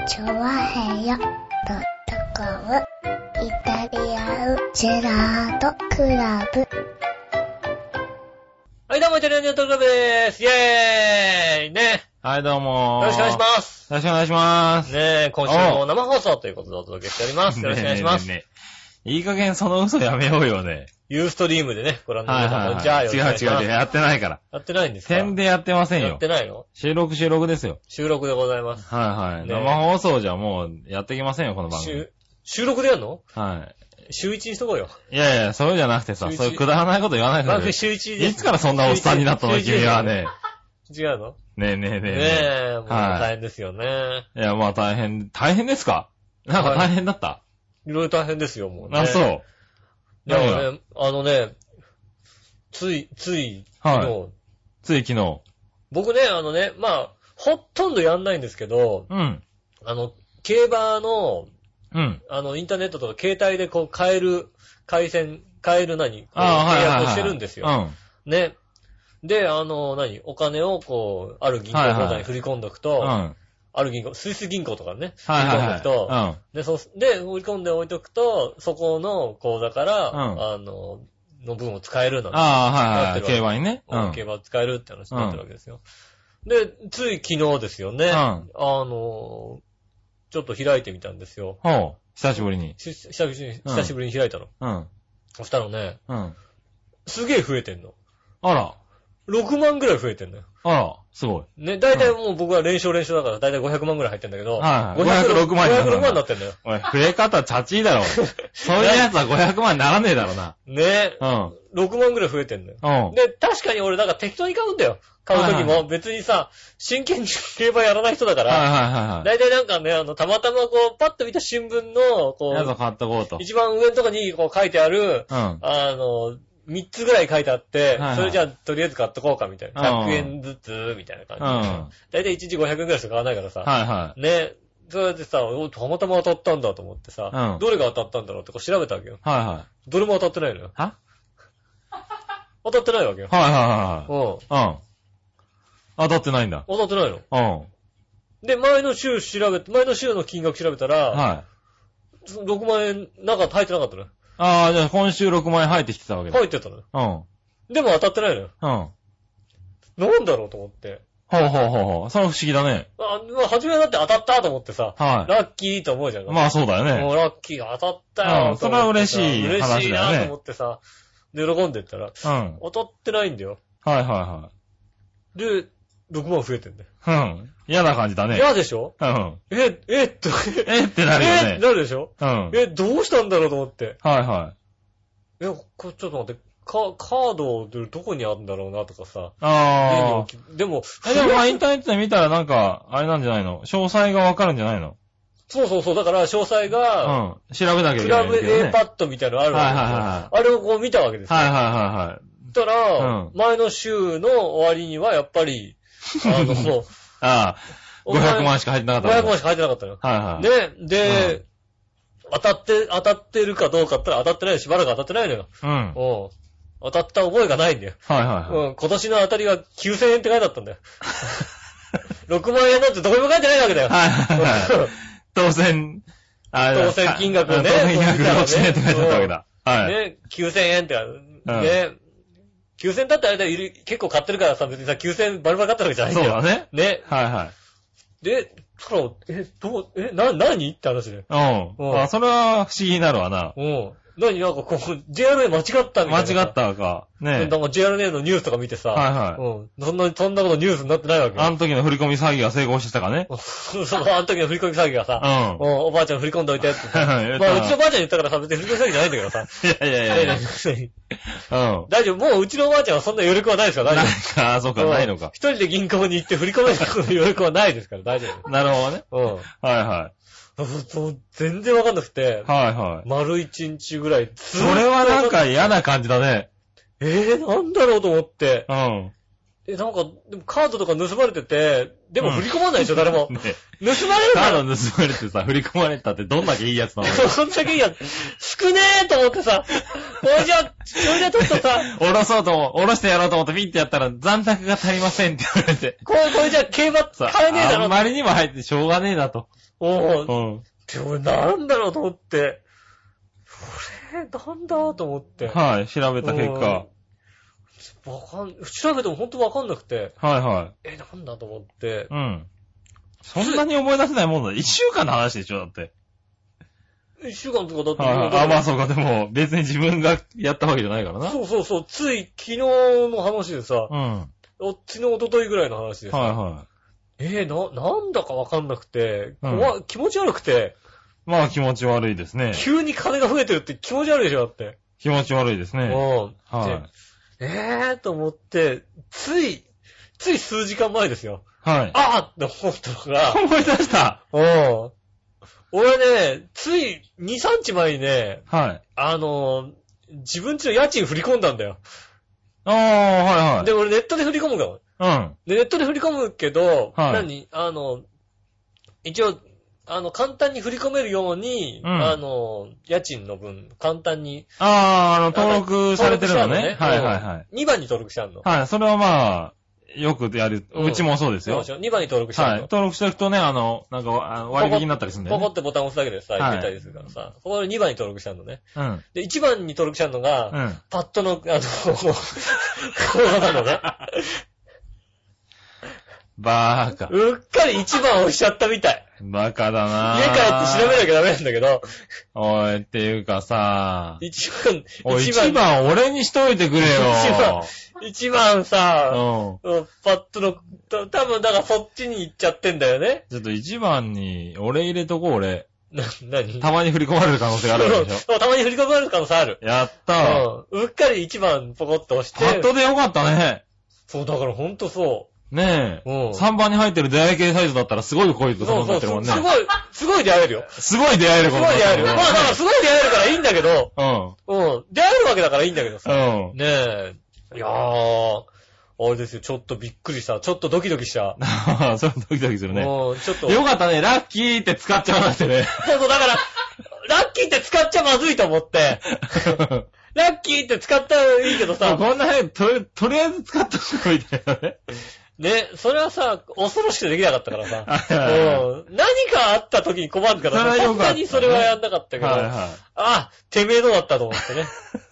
チョワヘヨ.com イタリアンジェラートクラブ。 はい、どうも、イタリアンジェラートクラブでーす。イェーイね。 はい、どうも。 よろしくお願いします。 よろしくお願いします。 ねえ、今週も生放送ということでお届けしております。よろしくお願いします。 ねえ、いい加減その嘘やめようよね。 ユーストリームでね、ご覧のはい皆さん、 はいはい、 じゃあよろしくお願いします。 違う、やってないから。 やってないんですか？ 点でやってませんよ。 やってないの？ 収録ですよ。 収録でございます。 はいはい。 ね、 生放送じゃもうやってきませんよ、この番組。 収録でやんの？ はい。 週一にしとこうよ。 いやいや、そうじゃなくてさ、そういうくだらないこと言わないからね。 週一で。 いつからそんなおっさんになったの君はね。 違うの？ ねえ。 ねえ、もう大変ですよね。 いや、まあ大変ですか？なんか大変だった？ いろいろ大変ですよ、もうね。 あ、そう。 だからね、つい昨日。 昨日。 僕ね、まあ、ほとんどやんないんですけど、 うん。 競馬の、 うん。 インターネットとか携帯でこう買える契約をしてるんですよ。 うん。 ね。で、お金をこう、ある銀行口座に振り込んどくと、ある銀行、スイス銀行とかね、振り込んどくと、で、振り込んで置いとくと、そこの口座から、の分を使えるなんて。 競馬にね。 競馬を使えるって話になってるわけですよ。で、つい昨日ですよね。ちょっと開いてみたんですよ。 久しぶりに。 久しぶりに開いたの。そしたらね、すげえ増えてんの。 あら。 6万ぐらい増えてんのよ。 あら、すごい。 ね、だいたいもう僕は連勝だから、だいたい500万ぐらい入ってんだけど、 506万になってんだよ。 おい、増え方チャチーだろ。そういうやつは500万にならねえだろうな。 ね、6万ぐらい増えてんだよ。で、確かに俺適当に買うんだよ。買うときも別にさ、真剣に競馬やらない人だから、だいたいなんかね、たまたまこう、パッと見た新聞の、こう、 やつを買っとこうと。 一番上のとこにこう書いてある、3つぐらい書いてあって、それじゃあとりあえず買っとこうかみたいな。100円ずつ、みたいな感じで。だいたい1日500円ぐらいしか買わないからさ。ね。それでさ、たまたま当たったんだと思ってさ、どれが当たったんだろうってこう調べたわけよ。どれも当たってないのよ。当たってないわけよ。 当たってないんだ。 当たってないの。で、前の週の金額調べたら、6万円、入ってなかったのよ。 ああ、じゃあ今週6万円入ってきてたわけだ。 入ってたのよ。でも当たってないのよ。なんだろうと思って。 それは不思議だね。 初めはだって当たったと思ってさ、ラッキーと思うじゃん。 まあそうだよね。 もうラッキー当たったよ。 それは嬉しい話だよね。 嬉しいなと思ってさ、で、喜んでったら、当たってないんだよ。で、6万増えてんだよ。 嫌な感じだね。 嫌でしょ？ ってなるよね。 なるでしょ？どうしたんだろうと思って。ちょっと待って、カードどこにあるんだろうなとかさ。でもインターネットで見たらなんか、あれなんじゃないの？詳細がわかるんじゃないの？ そう。だから、詳細が、 調べなきゃいけない。 クラブ A パッドみたいなのあるわけですよ。あれをこう見たわけですよ。たら、前の週の終わりには、やっぱり、 500万しか入ってなかった。 500万しか入ってなかったの。ね。で、当たってるかどうかって言ったら当たってないしばらく当たってないのよ。当たった覚えがないんだよ。今年の当たりは9000円って書いてあったんだよ。6万円なんてどこにも書いてないわけだよ。 当選金額をね。 当選金額6000円って書いてあったわけだ。 ね、9000円ってね。9000だってあれだよ、結構買ってるからさ、別にさ、9000バルバル買ったわけじゃないんだよ。 そうだね。 ね。で、何って話で。 それは不思議になるわな。 なんかこう、JRA 間違ったみたいな。 間違ったか。ね。 なんか JRA のニュースとか見てさ。そんなことニュースになってないわけ。 あの時の振り込み詐欺が成功してたかね。 あの時の振り込み詐欺がさ。おばあちゃん振り込んでおいてって。まあ、うちのばあちゃん言ったからさ、別に振り込み詐欺じゃないんだけどさ。いや。大丈夫。もううちのおばあちゃんはそんな余力はないですから、大丈夫。 そうか、ないのか。 一人で銀行に行って振り込める余力はないですから、大丈夫。 なるほどね。 全然わかんなくて。丸1日ぐらい。 それはなんか嫌な感じだね。 なんだろうと思って。 なんか、でもカードとか盗まれてて、でも振り込まないでしょ、誰も。ね、盗まれるカード盗まれてさ、振り込まれたってどんだけいいやつなの？ そんだけいいやつ。少ねえと思ってさ、それじゃちょっとさ、 下ろしてやろうと思ってピッてやったら残高が足りませんって言われて。 これじゃ競馬買えねえだろ。 あんまりにも入ってしょうがねえなと。 うん。でもなんだろうと思って。なんだと思って。 はい、調べた結果。 調べてもほんとわかんなくて。 はいはい。 なんだと思って。 うん。そんなに思い出せないもんだ。1週間の話でしょ、だって。 1週間とかだって。 まあそうか、でも別に自分がやったわけじゃないからな。 そう。つい昨日の話でさ。 うん。 昨日、おとといぐらいの話でさ。 はいはい。 なんだかわかんなくて、気持ち悪くて。 まあ気持ち悪いですね。 急に金が増えてるって気持ち悪いでしょ、だって。 気持ち悪いですね。 はい。と思って、つい数時間前ですよ。 はい。 って思ったのが。 思い出した。 俺ね、つい2、3日前にね、 はい。 自分家の家賃振り込んだんだよ。 はいはい。 で、俺ネットで振り込むから。うん。で、ネットで振り込むけど、はい。一応、簡単に振り込めるように、家賃の分、簡単に。 登録されてるのね。はい。 2番に登録してあるの。 はい、それはまあ、よくやる。うちもそうですよ。 そうでしょ。2番に登録してあるの。はい。 登録しておくとね、なんか、割引になったりするんだよね。 ポコってボタン押すだけでさ、入れたりするからさ、そこで2番に登録してあるのね。うん。で、1番に登録してあるのが、パッドの、こうなのね。 バーカ。 うっかり1番押しちゃったみたい。 バカだなぁ。 家帰って調べなきゃダメなんだけど。 おい、っていうかさ 1 番俺にしといてくれよ。 1番さ、パッドの、多分だからそっちに行っちゃってんだよね。 ちょっと1番に、俺入れとこう、俺。 何たまに振り込まれる可能性があるわけでしょ。 たまに振り込まれる可能性ある。 やったー。 うっかり1番ポコッと押して。 パッドでよかったね。 そう、だからほんとそう。 ねえ。3番に入ってる出会い系サイズだったらすごい濃いと思ってるもんね。 すごい出会えるよ。 すごい出会えることだ。 すごい出会える。まあだからすごい出会えるからいいんだけど。出会えるわけだからいいんだけどさ。ねえ。いやー。あれですよ、ちょっとびっくりした。ちょっとドキドキした。 それドキドキするね。 ちょっと。 よかったね、ラッキーって使っちゃわなくてね。 そう、だから、ラッキーって使っちゃまずいと思って。ラッキーって使ったらいいけどさ。 こんな変、とりあえず使ったしかみたいなね。 ね、それはさ、恐ろしくてできなかったからさ。何かあった時に困るからさ、さすがにそれはやんなかったけど、てめえどうだったと思ってね。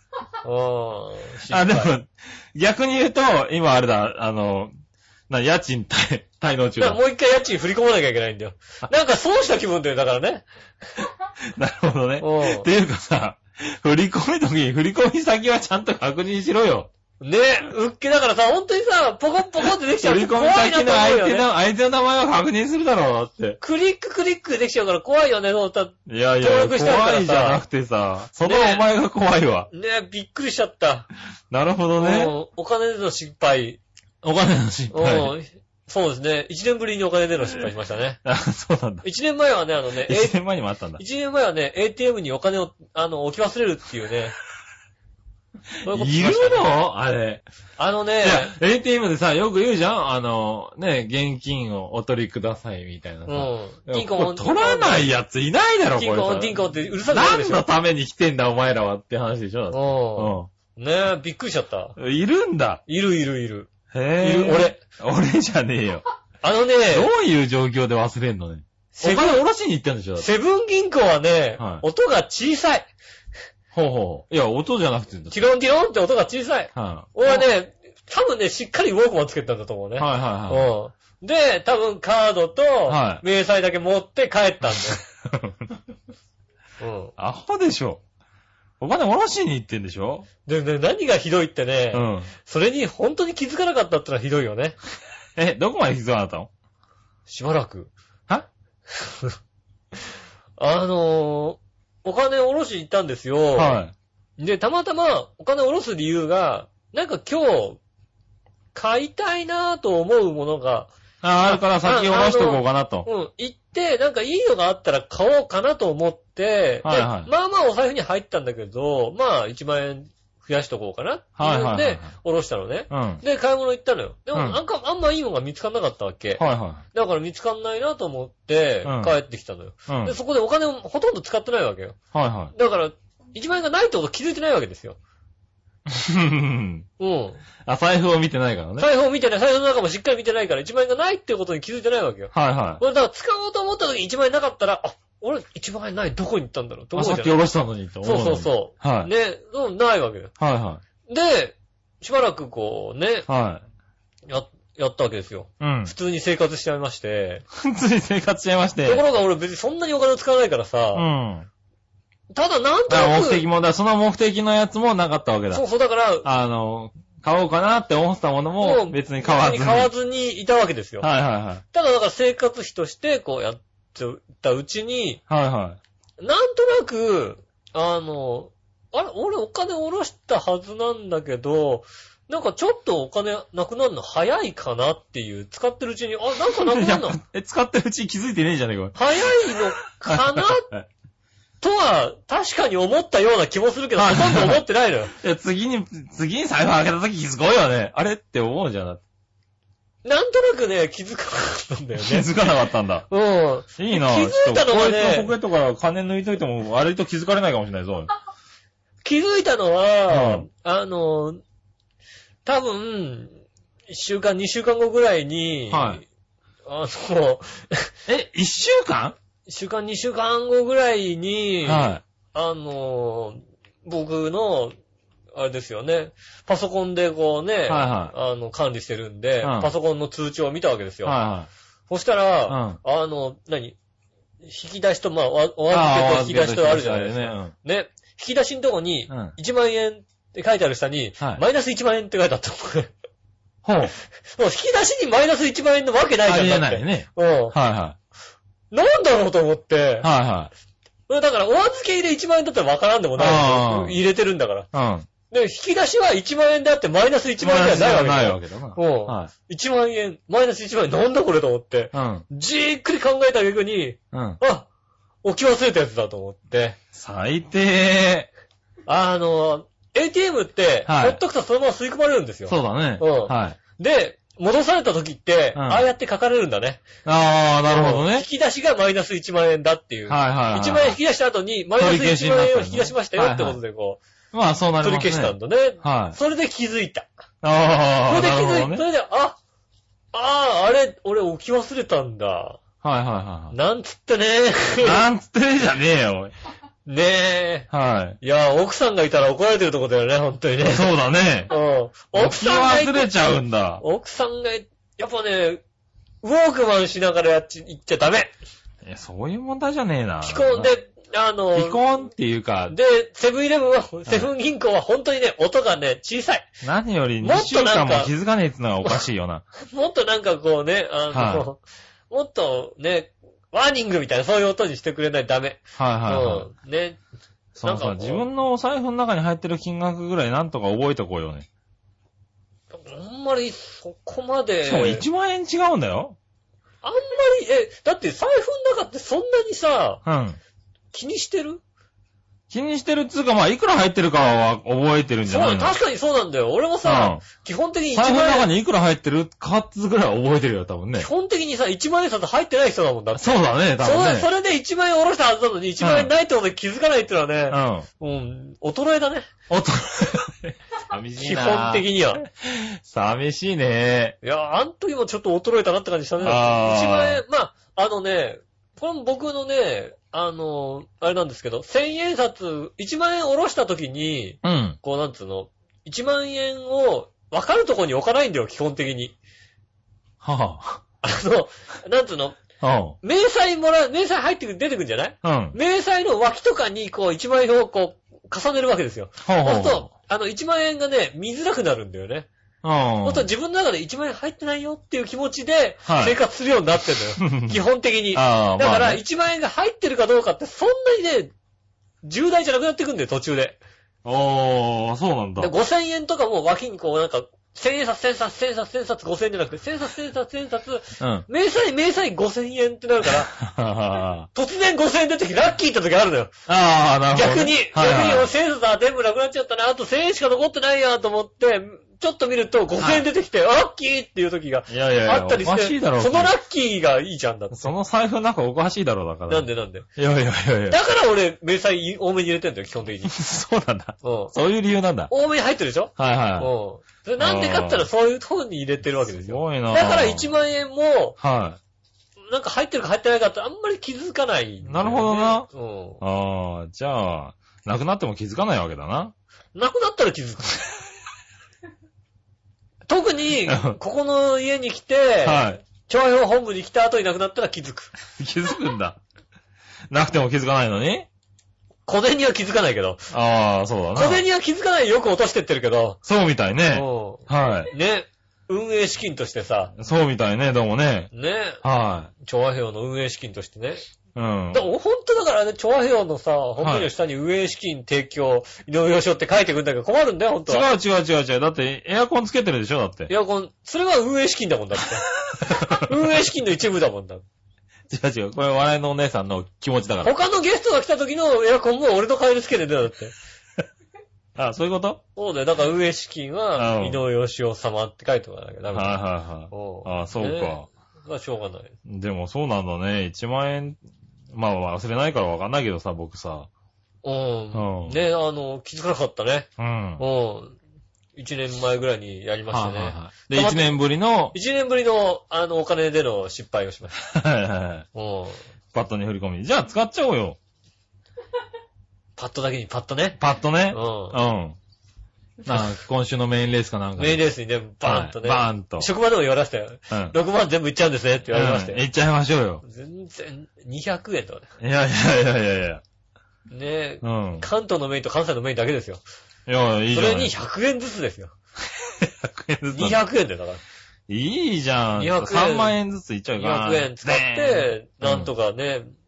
でも、逆に言うと、今あれだ、家賃滞納中だ。 もう一回家賃振り込まなきゃいけないんだよ。なんか損した気分だよ、だからね。 なるほどね。っていうかさ、振り込み時に振り込み先はちゃんと確認しろよ。 ね、うっけだからさ、ほんとにさ、ポコッポコってできちゃう。 振り込み先の相手の名前を確認するだろうって。 クリックできちゃうから怖いよね、 いや、怖いじゃなくてさ、そのお前が怖いわ。 ね、びっくりしちゃった。 なるほどね。 お金での失敗。 お金の失敗。 そうですね。1年ぶりにお金での失敗しましたね。 そうなんだ。 1年前はね、 1年前にもあったんだ。 1年前はね、ATM にお金を、置き忘れるっていうね。 いるのあれ。ATM でさ、よく言うじゃん現金をお取りくださいみたいなさ。 金庫取らないやついないだろ、これ。 金庫ってうるさくなるでしょ。 何のために来てんだ、お前らはって話でしょ。 ねえ、びっくりしちゃった。 いるんだ。 いる。 へぇ。俺じゃねえよ。どういう状況で忘れんのね。お金下ろしに行ってんでしょ。 セブン銀行はね、音が小さい。 ほう。いや、音じゃなくて。 ティロンティロンって音が小さい。俺はね、多分ね、しっかりウォークマンつけたんだと思うね。で、多分カードと、明細だけ持って帰ったんだよ。 アホでしょ。お金下ろしに行ってんでしょ。 でね、何がひどいってね、それに本当に気づかなかったってのはひどいよね。 どこまで気づかなかったの？ しばらく。 はお金下ろしに行ったんですよ。で、たまたまお金下ろす理由が、なんか今日、買いたいなぁと思うものが、 あるから先下ろしとこうかなと。 行って、なんかいいのがあったら買おうかなと思って、まあまあお財布に入ったんだけど、まあ1万円増やしとこうかなっていうんで、おろしたのね。で、買い物行ったのよ。でもなんかあんまいいものが見つかんなかったわけ。だから見つかんないなと思って、帰ってきたのよ。で、そこでお金をほとんど使ってないわけよ。だから、1万円がないってこと気づいてないわけですよ。 財布を見てないからね。 財布を見てない。財布の中もしっかり見てないから、1万円がないってことに気づいてないわけよ。これだから使おうと思った時に1万円なかったら、俺1万円ない。どこに行ったんだろうと思うじゃん。 さっき下ろしたのにと思う。 そう。ね、ないわけよ。で、しばらくこうね、やったわけですよ。普通に生活しちゃいまして。 普通に生活しちゃいまして。 ところが俺別にそんなにお金を使わないからさ、ただなんとなく。 目的もその目的のやつもなかったわけだ。 そう、だから、 買おうかなって思ってたものも別に買わずにいたわけですよ。ただだから生活費としてこうやってたうちに、なんとなく、俺お金下ろしたはずなんだけど、なんかちょっとお金なくなるの早いかなっていう、使ってるうちに、なんかなくなるの使ってるうちに気づいてねえじゃねえか。 早いのかなとは、確かに思ったような気もするけど、ほとんど思ってないのよ。 いや、次に財布開けた時気づこうよね。あれって思うじゃん。 なんとなくね、気づかなかったんだよね。気づかなかったんだ。いいな。 気づいたのはね。 ポケットから金抜いといても、割と気づかれないかもしれないぞ。 気づいたのは、多分、1週間、2週間後ぐらいに、 1週間 1週間、2週間後ぐらいに、僕の、あれですよね、パソコンでこうね、管理してるんで、パソコンの通知を見たわけですよ。そしたら、引き出しと、お預けと引き出しとあるじゃないですか。ね。引き出しのとこに、1万円って書いてある下に、マイナス1万円って書いてあった。引き出しにマイナス1万円のわけないじゃん。 ありえないね。 なんだろうと思って。だから、お預け入れ1万円だったらわからんでもない。入れてるんだから。で、引き出しは1万円であってマイナス1万円ではないわけだ。1万円、マイナス1万円、なんだこれと思って。じーっくり考えた逆に、置き忘れたやつだと思って。 最低。 ATM って、ほっとくとそのまま吸い込まれるんですよ。 そうだね。 で、戻された時って、ああやって書かれるんだね。 なるほどね。 引き出しがマイナス1万円だっていう。1万円引き出した後に、マイナス1万円を引き出しましたよってことでこう。 そうなりますね。 取り消したんだね。それで気づいた。それで気づいた。それで、あれ、俺置き忘れたんだ。なんつってね。 なんつってねじゃねえよ。 ねえ。いや、奥さんがいたら怒られてるとこだよね、ほんとにね。 そうだね。 奥さんが忘れちゃうんだ。 奥さんが、やっぱね、ウォークマンしながら行っちゃダメ。 いや、そういう問題じゃねえな。 既婚で、 既婚っていうか。 で、セブン銀行は本当にね、音がね、小さい。 何より2週間も気づかねえってのがおかしいよな。 もっとなんかこうね、もっとね、ワーニングみたいなそういう音にしてくれないとダメ。ね。 そうそう、自分のお財布の中に入ってる金額ぐらいなんとか覚えておこうよね。 あんまりそこまで。 そう、1万円違うんだよ。 あんまり、だって財布の中ってそんなにさ、気にしてる気にしてるっつうか、いくら入ってるかは覚えてるんじゃないの？ 確かにそうなんだよ。俺もさ、基本的に1万円。 財布の中にいくら入ってるかっつうぐらいは覚えてるよ、多分ね。 基本的にさ、1万円札入ってない人だもんだって。 そうだね、多分ね。 それで1万円下ろしたはずなのに、1万円ないってことで気づかないってのはね、衰えだね。 寂しいな。 基本的には。 寂しいね。 いや、あの時もちょっと衰えたなって感じしたね。1万円、これ僕のね、あれなんですけど、1000円札、1万円下ろした時に、こうなんつうの、1万円を分かるとこに置かないんだよ、基本的に。なんつうの、明細入って出てくるんじゃない？明細の脇とかに、こう、1万円をこう、重ねるわけですよ。そうすると、1万円がね、見づらくなるんだよね。そうすると自分の中で1万円入ってないよっていう気持ちで生活するようになってんだよ。基本的に。だから1万円が入ってるかどうかってそんなにね、重大じゃなくなってくんだよ、途中で。 そうなんだ。 5000円とかも脇にこうなんか 1000円札、1000冊、1000冊、1000冊、5000円じゃなくて、1000冊、1000冊、1000冊、明細5000円ってなるから、突然5000円出てきてラッキーって時あるのよ。 ああ、なるほど、 逆に1000冊は全部なくなっちゃったな、あと1000円しか残ってないやと思って、ちょっと見ると5000円出てきて、ラッキーっていう時があったりして、そのラッキーがいいじゃんだって。 その財布なんかおかしいだろうだから。 なんでいや。 だから俺、明細多めに入れてんだよ、基本的に。 そうなんだ。そういう理由なんだ。 多めに入ってるでしょ？ はいはい。 それなんでかって言ったらそういう方に入れてるわけですよ。 すごいな。 だから1万円も、なんか入ってるか入ってないかってあんまり気づかない、 なるほどな。ああ、じゃあ、なくなっても気づかないわけだな。 なくなったら気づく。特に、ここの家に来て、調和表本部に来た後になくなったら気づく。 気づくんだ。なくても気づかないのに？ 小銭は気づかないけど。 ああ、そうだな。 小銭は気づかないでよく落としてってるけど。 そうみたいね。はい。 ね。運営資金としてさ。 そうみたいね、どうもね。 ね。 はい。 調和表の運営資金としてね。 うん。 だから本当だからね、調和表のさ、本当に下に運営資金提供、井上義雄って書いてくるんだけど困るんだよ、本当は。 違う。だってエアコンつけてるでしょ、だって。 エアコン、それは運営資金だもんだって。運営資金の一部だもんだ。 違う。これ笑いのお姉さんの気持ちだから。 他のゲストが来た時のエアコンも俺の代わりつけてるんだよ、だって。 あ、そういうこと？ そうだよ。だから運営資金は、井上義雄様って書いておかなきゃダメだ。 はい。あ、そうか。 まあ、しょうがない。 でもそうなんだね。1万円、まあ忘れないからわかんないけどさ、僕さ。 ね、気づかなかったね。1年前ぐらいにやりましたね。 で、1年ぶりの、 お金での失敗をしました。 パッドに振り込み。じゃあ使っちゃおうよ。 パッドだけにパッドね。 パッドね。今週のメインレースかなんか。 メインレースにね、バーンとね。 バーンと。 職場でも言われましたよ。6万全部いっちゃうんですねって言われましたよ。 いっちゃいましょうよ。 全然、200円とかね。いや。 ねえ、関東のメインと関西のメインだけですよ。 いや、いいじゃん。 それに100円ずつですよ。 100円ずつ。 200円だよ、だから。 いいじゃん。3万円ずついっちゃうから。 200円使って、なんとか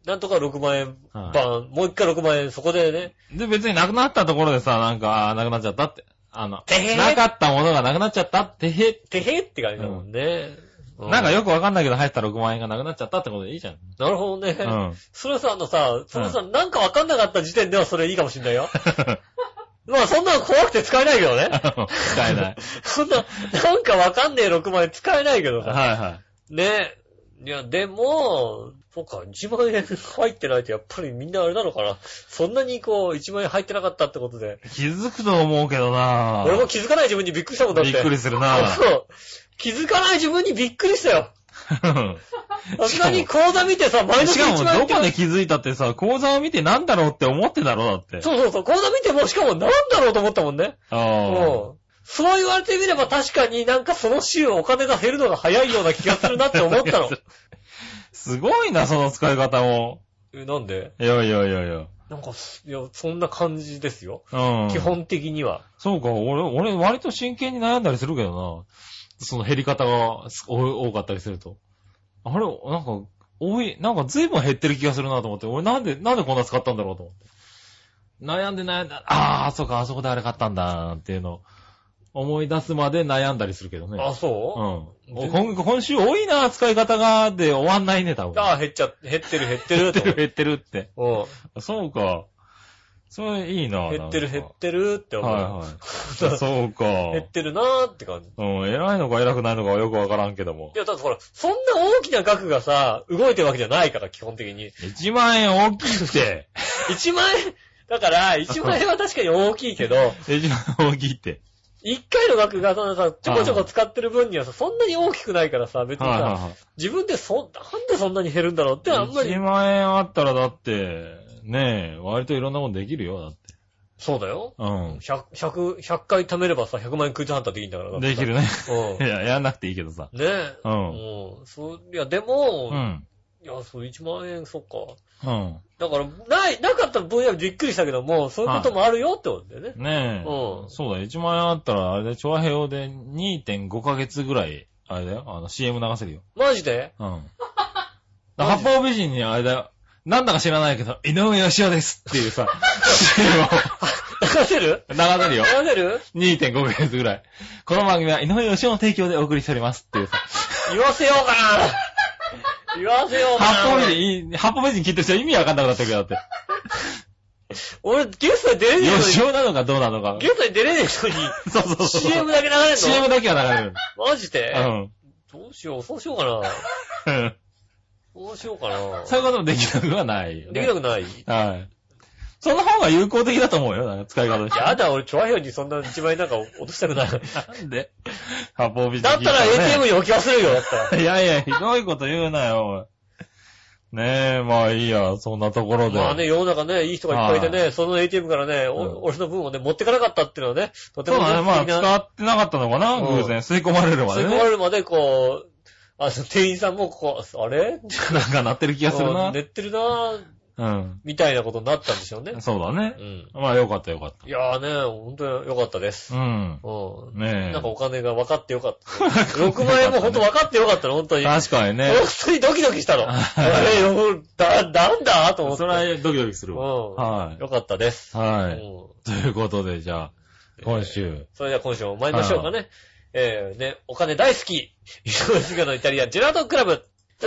6万円もう一回6万円そこでね。 で、別になくなったところでさ、なんか、なくなっちゃったって。なかったものがなくなっちゃったってって感じだもんね。 なんかよくわかんないけど入った6万円がなくなっちゃったってことでいいじゃん。 なるほどね。それさ、なんかわかんなかった時点ではそれいいかもしんないよ。まあそんなの怖くて使えないけどね。 使えない。 そんな、なんかわかんねえ6万円使えないけどさ。 はい。 ね。いや、でも、そうか、1万円入ってないとやっぱりみんなあれなのかな。そんなに1万円入ってなかったってことで。 気づくと思うけどなぁ。 俺も気づかない自分にびっくりしたもんだって。 びっくりするなぁ。 そう。気づかない自分にびっくりしたよ。さすがに口座見てさ、マイナス1万円。 しかもどこで気づいたってさ、口座を見てなんだろうって思ってだろだって。 そう。口座見てもしかもなんだろうと思ったもんね。そう言われてみれば確かになんかその週お金が減るのが早いような気がするなって思ったの。 すごいな、その使い方も。 なんで？ いや。 なんか、そんな感じですよ。基本的には。 そうか、俺割と真剣に悩んだりするけどな。その減り方が多かったりすると。あれ、なんか随分減ってる気がするなと思って、俺なんでこんな使ったんだろうと思って。悩んだ、そうか、あそこであれ買ったんだ、っていうのを思い出すまで悩んだりするけどね。 あ、そう？ 今週多いな、使い方が、で終わんないね、多分。 減ってる。 減ってるって。そうか。それいいな。 減ってるって思う。 はい。そうか。 減ってるなーって感じ。 偉いのか偉くないのかはよくわからんけども。 いや、だってほら、そんな大きな額がさ、動いてるわけじゃないから、基本的に。 1万円大きいって。 1万円、だから、1万円は確かに大きいけど。 1万円大きいって。 1回の額が、そのさ、ちょこちょこ使ってる分にはさ、そんなに大きくないからさ、別にさ、自分でなんでそんなに減るんだろうってあんまり。 1万円あったらだって、ねえ、割といろんなもんできるよ、だって。 そうだよ。100回貯めればさ、100万円クイズハンターできるんだから。 できるね。いや、やんなくていいけどさ。 ねえ。いや、でも、いや、1万円、そっか。だから、なかった分野びっくりしたけども、そういうこともあるよってことだよね。 ねえ。そうだ、1万円あったら、あれで、調和平和で 2.5 ヶ月ぐらい、あれだよ、CM 流せるよ。 マジで？ 八方美人にあれだよ。なんだか知らないけど、井上義雄ですっていうさ、CM を。 流せるよ。 流せる ?2.5 ヶ月ぐらい。この番組は井上義雄の提供でお送りしておりますっていうさ。 言わせようかな。 八方目人聞いてる人は意味わかんなくなってるけどだって。 俺、ゲストに出れねえのに。 吉尾なのかどうなのか。 ゲストに出れねえ人に。 そう。 CM だけ流れるの ?CM だけは流れる。 マジでどうしようかな。そうしようかな。 そういうこともできなくはないよね。 できなくない。 はい。その方が有効的だと思うよ、なんか使い方して。 やだ、俺、チョアヘヨにそんな一枚なんか落としたくない。 なんで八方美人。 だったら ATM に置き忘れるよ、だったら。 いや、ひどいこと言うなよ。ねえ、まあいいや、そんなところで。 まあね、世の中ね、いい人がいっぱいいてね、その ATM からね、俺の分をね、持ってかなかったっていうのはね、とても。 そうだね、まあ使ってなかったのかな、偶然。吸い込まれるまでね。 吸い込まれるまで、こう、店員さんもあれなんか鳴ってる気がするな。 寝ってるなみたいなことになったんでしょうね。 そうだね。まあよかった。いやーね、ほんとよかったです。 ねえ。 なんかお金が分かってよかった。6万円もほんと分かってよかったの、ほんとに。 確かにね。 本当にドキドキしたの。なんだと思って。 それはドキドキするわ。 はい。よかったです。 はい。ということで、じゃあ、今週。 それでは今週も参りましょうかね。ね、お金大好き。井上杉のイタリアンジェラートクラブ。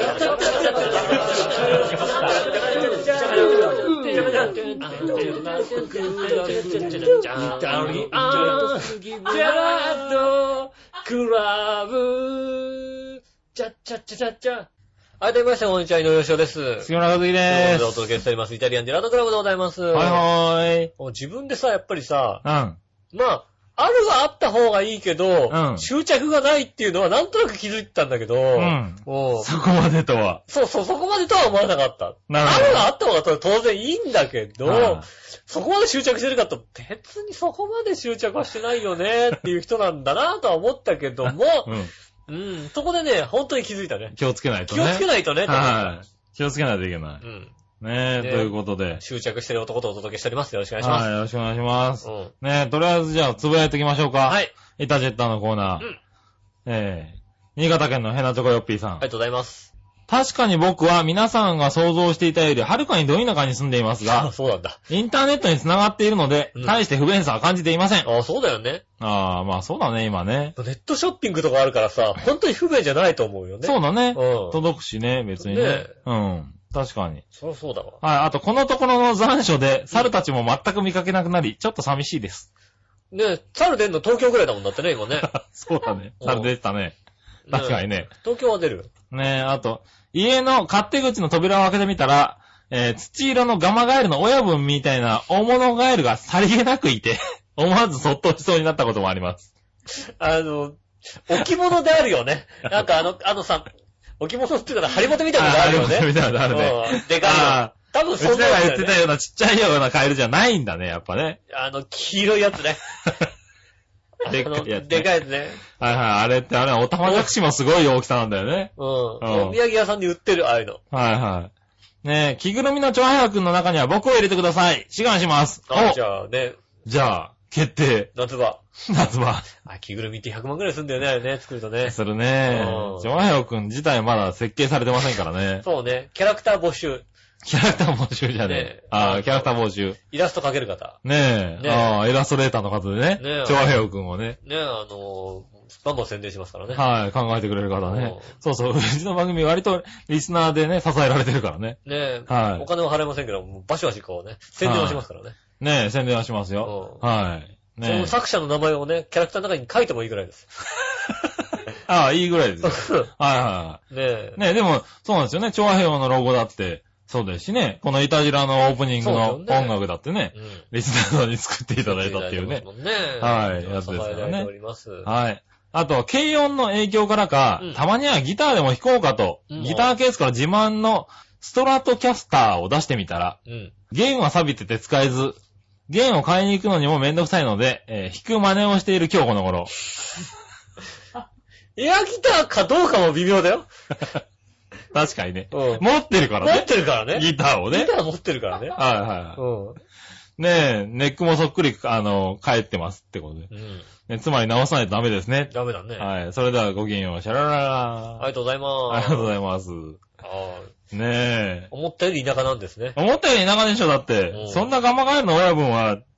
改めまして、こんにちは、井上芳雄です。 杉村和樹です。 お届けしております。イタリアンジェラートクラブでございます。 はい。 自分でさ、やっぱりさ、 まあ、あるはあった方がいいけど、執着がないっていうのはなんとなく気づいたんだけど、 そこまでとは。 そこまでとは思わなかった。あるはあった方が当然いいんだけど、そこまで執着してるかと、別にそこまで執着はしてないよねっていう人なんだなとは思ったけども、そこでね、本当に気づいたね。 気をつけないとね。 気をつけないとね。 気をつけないといけない。ねえ、ということで。 執着してる男とお届けしております。よろしくお願いします。 はい、よろしくお願いします。ねえ、とりあえずじゃあ、つぶやいていきましょうか。 はい。 イタジェッターのコーナー。新潟県のヘナチョコヨッピーさん。ありがとうございます。 確かに僕は皆さんが想像していたよりはるかにど田舎に住んでいますが、 そうなんだ。 インターネットに繋がっているので、大して不便さは感じていません。 そうだよね。 まあそうだね、今ね。 ネットショッピングとかあるからさ、本当に不便じゃないと思うよね。 そうだね。届くしね、別にね。確かに。 そうだわ。 はい、あとこのところの残暑で、猿たちも全く見かけなくなり、ちょっと寂しいです。 ね、猿出んの東京ぐらいだもんだってね、今ね。 そうだね。猿出てたね。確かにね。 東京は出る。 ね、あと、家の勝手口の扉を開けてみたら、土色のガマガエルの親分みたいな大物ガエルがさりげなくいて、思わずそっとしそうになったこともあります。 置物であるよね。なんかさ、置物っていうか、張り物みたいなのがあるよね。 張り物みたいなのあるね。 でかいの。多分そんな、 うちらが言ってたようなちっちゃいようなカエルじゃないんだね、やっぱね。 黄色いやつね。でかいやつね。 はいはい、あれって、おたまじゃくしもすごい大きさなんだよね。 お土産屋さんで売ってる、ああいうの。 はいはい。ねえ、着ぐるみのチョアヘヨくんの中には僕を入れてください。志願します。 じゃあね。 じゃあ、決定。 夏場。着ぐるみって100万くらいするんだよね、あれね、作るとね。 するね。チョアヘヨくん自体まだ設計されてませんからね。 そうね。キャラクター募集。 キャラクター募集じゃねえ。キャラクター募集。 イラスト描ける方。 ねえ。イラストレーターの方でね。チョアヘヨくんをね。 ねバンバン宣伝しますからね。 はい、考えてくれる方ね。そうそう、うちの番組割とリスナーでね、支えられてるからね。 ねえ。はい。お金は払いませんけど、バシバシこうね、宣伝をしますからね。 ねえ、宣伝はしますよ。はい。 ねえ。その作者の名前をね、キャラクターの中に書いてもいいぐらいです。 いいぐらいですよ。はい。 ねえ。 ねえ、でも、そうなんですよね。チョアヘヨのロゴだって、そうですしね。このイタジラのオープニングの音楽だってね、リスナーさんに作っていただいたっていうね。はい、やつですからね。はい。あと、軽音の影響からか、たまにはギターでも弾こうかと、ギターケースから自慢のストラトキャスターを出してみたら、弦は錆びてて使えず、弦を買いに行くのにもめんどくさいので、弾く真似をしている今日この頃。 エアギターかどうかも微妙だよ。 確かにね。持ってるからね。 持ってるからね。 ギターをね。 ギター持ってるからね。 はいはい。ねえ、ネックもそっくり、帰ってますってことで。ね、つまり直さないとダメですね。 ダメだね。 はい。それではごきげんよう。シャラララ。 ありがとうございます。 ありがとうございます。ねえ。 思ったより田舎なんですね。 思ったより田舎でしょ、だって。そんなガマガエルの親分は、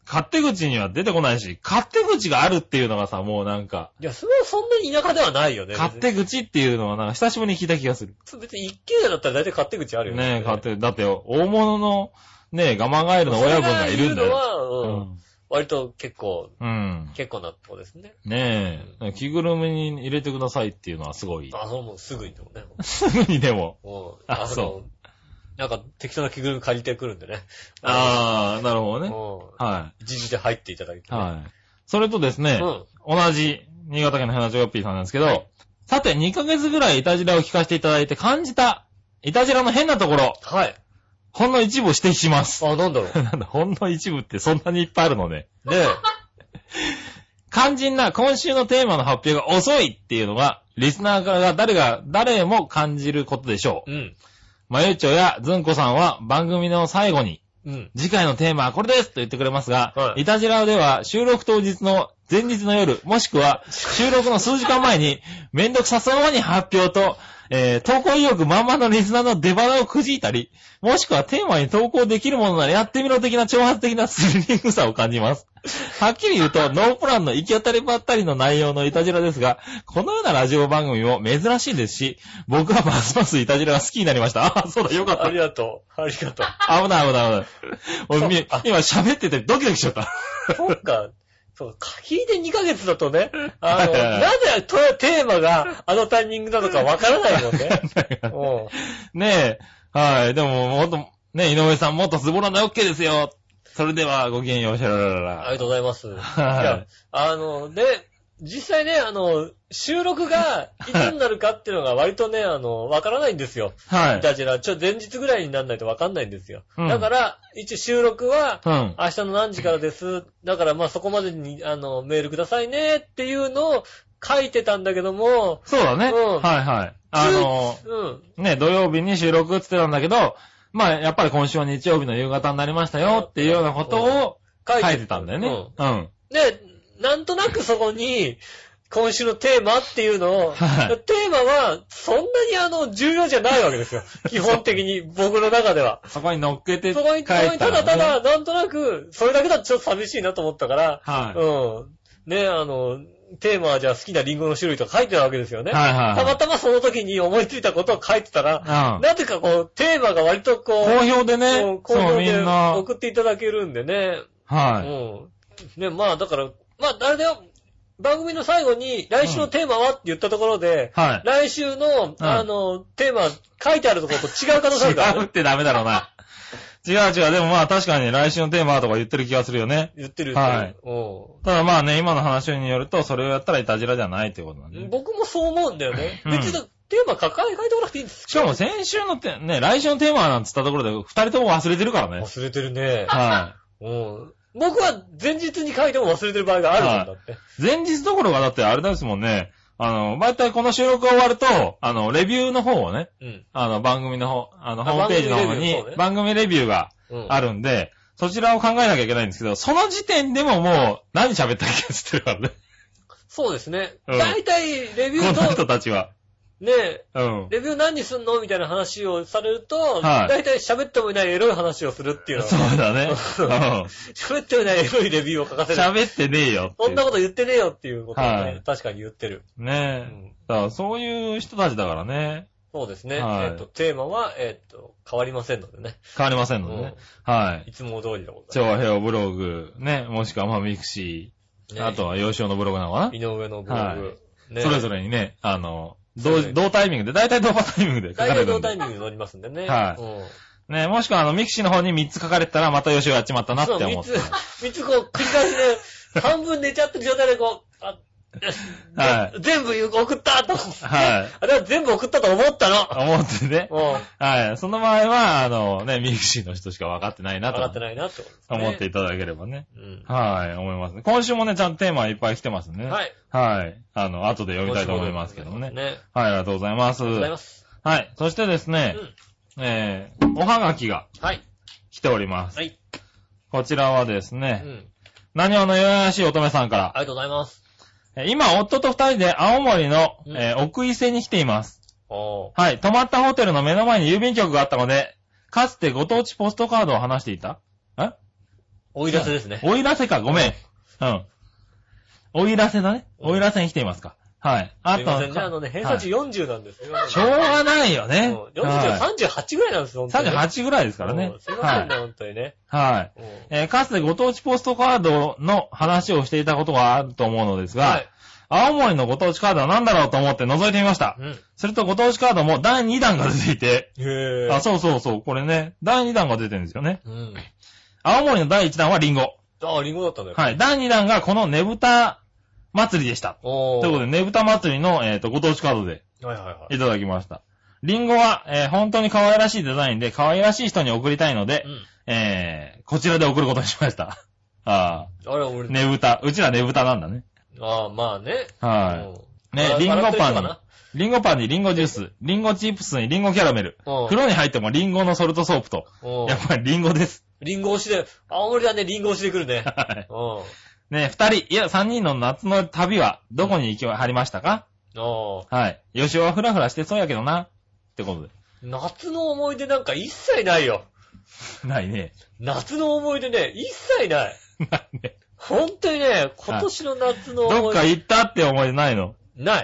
勝手口には出てこないし、勝手口があるっていうのがさ、もうなんか。 いや、それはそんなに田舎ではないよね。 勝手口っていうのはなんか久しぶりに聞いた気がする。 別に一軒家だったら大体勝手口あるよね。 ねえ、勝手、だって大物の、ねえ、ガマガエルの親分がいるんだよ。 それがいるのは、割と結構なとこですね。 ねえ、着ぐるみに入れてくださいっていうのはすごい。 あ、そう、もうすぐにでもね。 すぐにでも。 あ、そう。なんか適当な着ぐるみ借りてくるんでね。 ああ、なるほどね。 はい。一時で入っていただいて、ね。 はい。それとですね、同じ新潟県の花ちょよっぴーさんなんですけど、はい、さて2ヶ月ぐらいイタジラを聞かせていただいて感じたイタジラの変なところ。 はい。 ほんの一部を指摘します。 あ、なんだろう。 なんだ、ほんの一部ってそんなにいっぱいあるのね。 ねえ。 肝心な今週のテーマの発表が遅いっていうのが、リスナーから誰も感じることでしょう。まゆちょやずんこさんは番組の最後に、次回のテーマはこれですと言ってくれますが、イタジラでは収録当日の前日の夜、もしくは収録の数時間前にめんどくさそうに発表と、投稿意欲満々のリスナーの出花をくじいたり、もしくはテーマに投稿できるものならやってみろ的な挑発的なスリリングさを感じます。はっきり言うと、ノープランの行き当たりばったりの内容のイタジラですが、このようなラジオ番組も珍しいですし、僕はますますイタジラが好きになりました。あ、そうだ、よかった。 ありがとう。ありがとう。 危ない。俺、今喋っててドキドキしちゃった。 そっか。そう、聞いて2ヶ月だとね、なぜテーマがあのタイミングなのかわからないもんね。 ねえ、はい。でも、もっと、ね、井上さんもっとズボラな OK ですよ。それでは、ごきげんよう、シャラララ。 ありがとうございます。はい。で、実際ね、収録がいつになるかっていうのが割とね、わからないんですよ。 はい。 いたじら、前日ぐらいにならないとわかんないんですよ。だから、一応収録は、明日の何時からです。だからまあそこまでに、メールくださいねっていうのを書いてたんだけども。 そうだね。はい。ね、土曜日に収録って言ってたんだけど、まあやっぱり今週は日曜日の夕方になりましたよっていうようなことを書いてたんだよね。 で、なんとなくそこに、今週のテーマっていうのを、テーマは、そんなに重要じゃないわけですよ。基本的に、僕の中では。 そこに乗っけて書いた、ね。ただ、なんとなく、それだけだとちょっと寂しいなと思ったから、ね、テーマはじゃあ好きなリンゴの種類とか書いてたわけですよね。たまたまその時に思いついたことを書いてたら、なぜかこう、テーマが割とこう、 好評でね、 好評で送っていただけるんでね。ね、まあだから、まあ、あれだよ。番組の最後に、来週のテーマはって言ったところで、来週の、テーマ書いてあるところと違う可能性あるから、ね。 違うってダメだろうな。違う。でもまあ確かに来週のテーマとか言ってる気がするよね。 言ってる。 はい。ただまあね、今の話によると、それをやったらイタジラじゃないってことなんで、ね。 僕もそう思うんだよね。別にテーマ書いてこなくていいんですしかも先週のね、来週のテーマなんつったところで、二人とも忘れてるからね。 忘れてるね。 はい。 僕は前日に書いても忘れてる場合があるんだって。 前日どころかだってあれですもんね。毎回この収録が終わると、レビューの方をね、番組の方、ホームページの方に番組レビューがあるんで、そちらを考えなきゃいけないんですけど、その時点でももう何喋ったっけつってるからね。 そうですね。大体レビューと、 この人たちは。 ねえ、レビュー何にすんのみたいな話をされると、大体喋ってもいないエロい話をするっていうのは。 そうだね。 喋ってもいないエロいレビューを書かせる。 喋ってねえよ。 そんなこと言ってねえよっていうことをね、確かに言ってる。 ねえ。だからそういう人たちだからね。 そうですね。テーマは、変わりませんのでね。 変わりませんのでね。はい。 いつも通りでございます。 調和平和ブログ、ね、もしくはまあミクシー、あとは洋翔のブログなのかな？ 井上のブログ。 それぞれにね、同タイミングで、大体同タイミングで書かれるんで。 大体同タイミングで載りますんでね。 はい。ね、もしくはミクシーの方に3つ書かれてたら、また吉尾やっちまったなって思って。 3つこう、繰り返しで、半分寝ちゃってる状態でこう、全部送ったと思って。はい。あれは全部送ったと思ったの。 思ってね。はい。その場合は、ミクシーの人しか分かってないなと。 分かってないなって思っていただければね。はい。思いますね。今週もね、ちゃんとテーマいっぱい来てますね。 はい。 はい。後で読みたいと思いますけどね。はい。ありがとうございます。ありがとうございます。はい。そしてですね、おはがきが。はい。来ております。はい。こちらはですね、何話のよやしい乙女さんから。 ありがとうございます。 今、夫と二人で青森の、奥伊勢に来ています。はい。泊まったホテルの目の前に郵便局があったので、かつてご当地ポストカードを話していたおいらせですね。 おいらせか、ごめん。うん。おいらせだね。おいらせに来ていますか。はい。 あと。すいませんね、偏差値40なんですよ。 しょうがないよね。 40は38ぐらいなんですよ、 38ぐらいですからね。 すいませんね、本当にね。 はい。かつてご当地ポストカードの話をしていたことがあると思うのですが、はい。青森のご当地カードは何だろうと思って覗いてみました。うん。するとご当地カードも第2弾が出ていて。 へぇ。 あ、そうそうそう。これね、第2弾が出てるんですよね。うん。青森の第1弾はリンゴ。 あ、リンゴだったんだよ。 はい。第2弾がこのねぶた祭りでした。ということで、ねぶた祭りの、ご当地カードで。 はいはいはい。 いただきました。リンゴは、本当に可愛らしいデザインで、可愛らしい人に送りたいので、うん、こちらで送ることにしました。ああ。あれ、俺。ねぶた。うちらねぶたなんだね。 ああ、まあね。 はい。ね、リンゴパンにリンゴジュース、リンゴチップスにリンゴキャラメル。風呂に入ってもリンゴのソルトソープと。やっぱりリンゴです。 リンゴ推しで、青森はね、リンゴ推しで来るね。 はい。ね、二人、いや、三人の夏の旅は、どこに行きはりましたか？はい。吉尾はフラフラしてそうやけどな。ってことで。 夏の思い出なんか一切ないよ。 ないね。 夏の思い出ね、一切ない。 ないね。 ほんとにね、今年の夏の思い出。 どっか行ったって思い出ないの？ ない。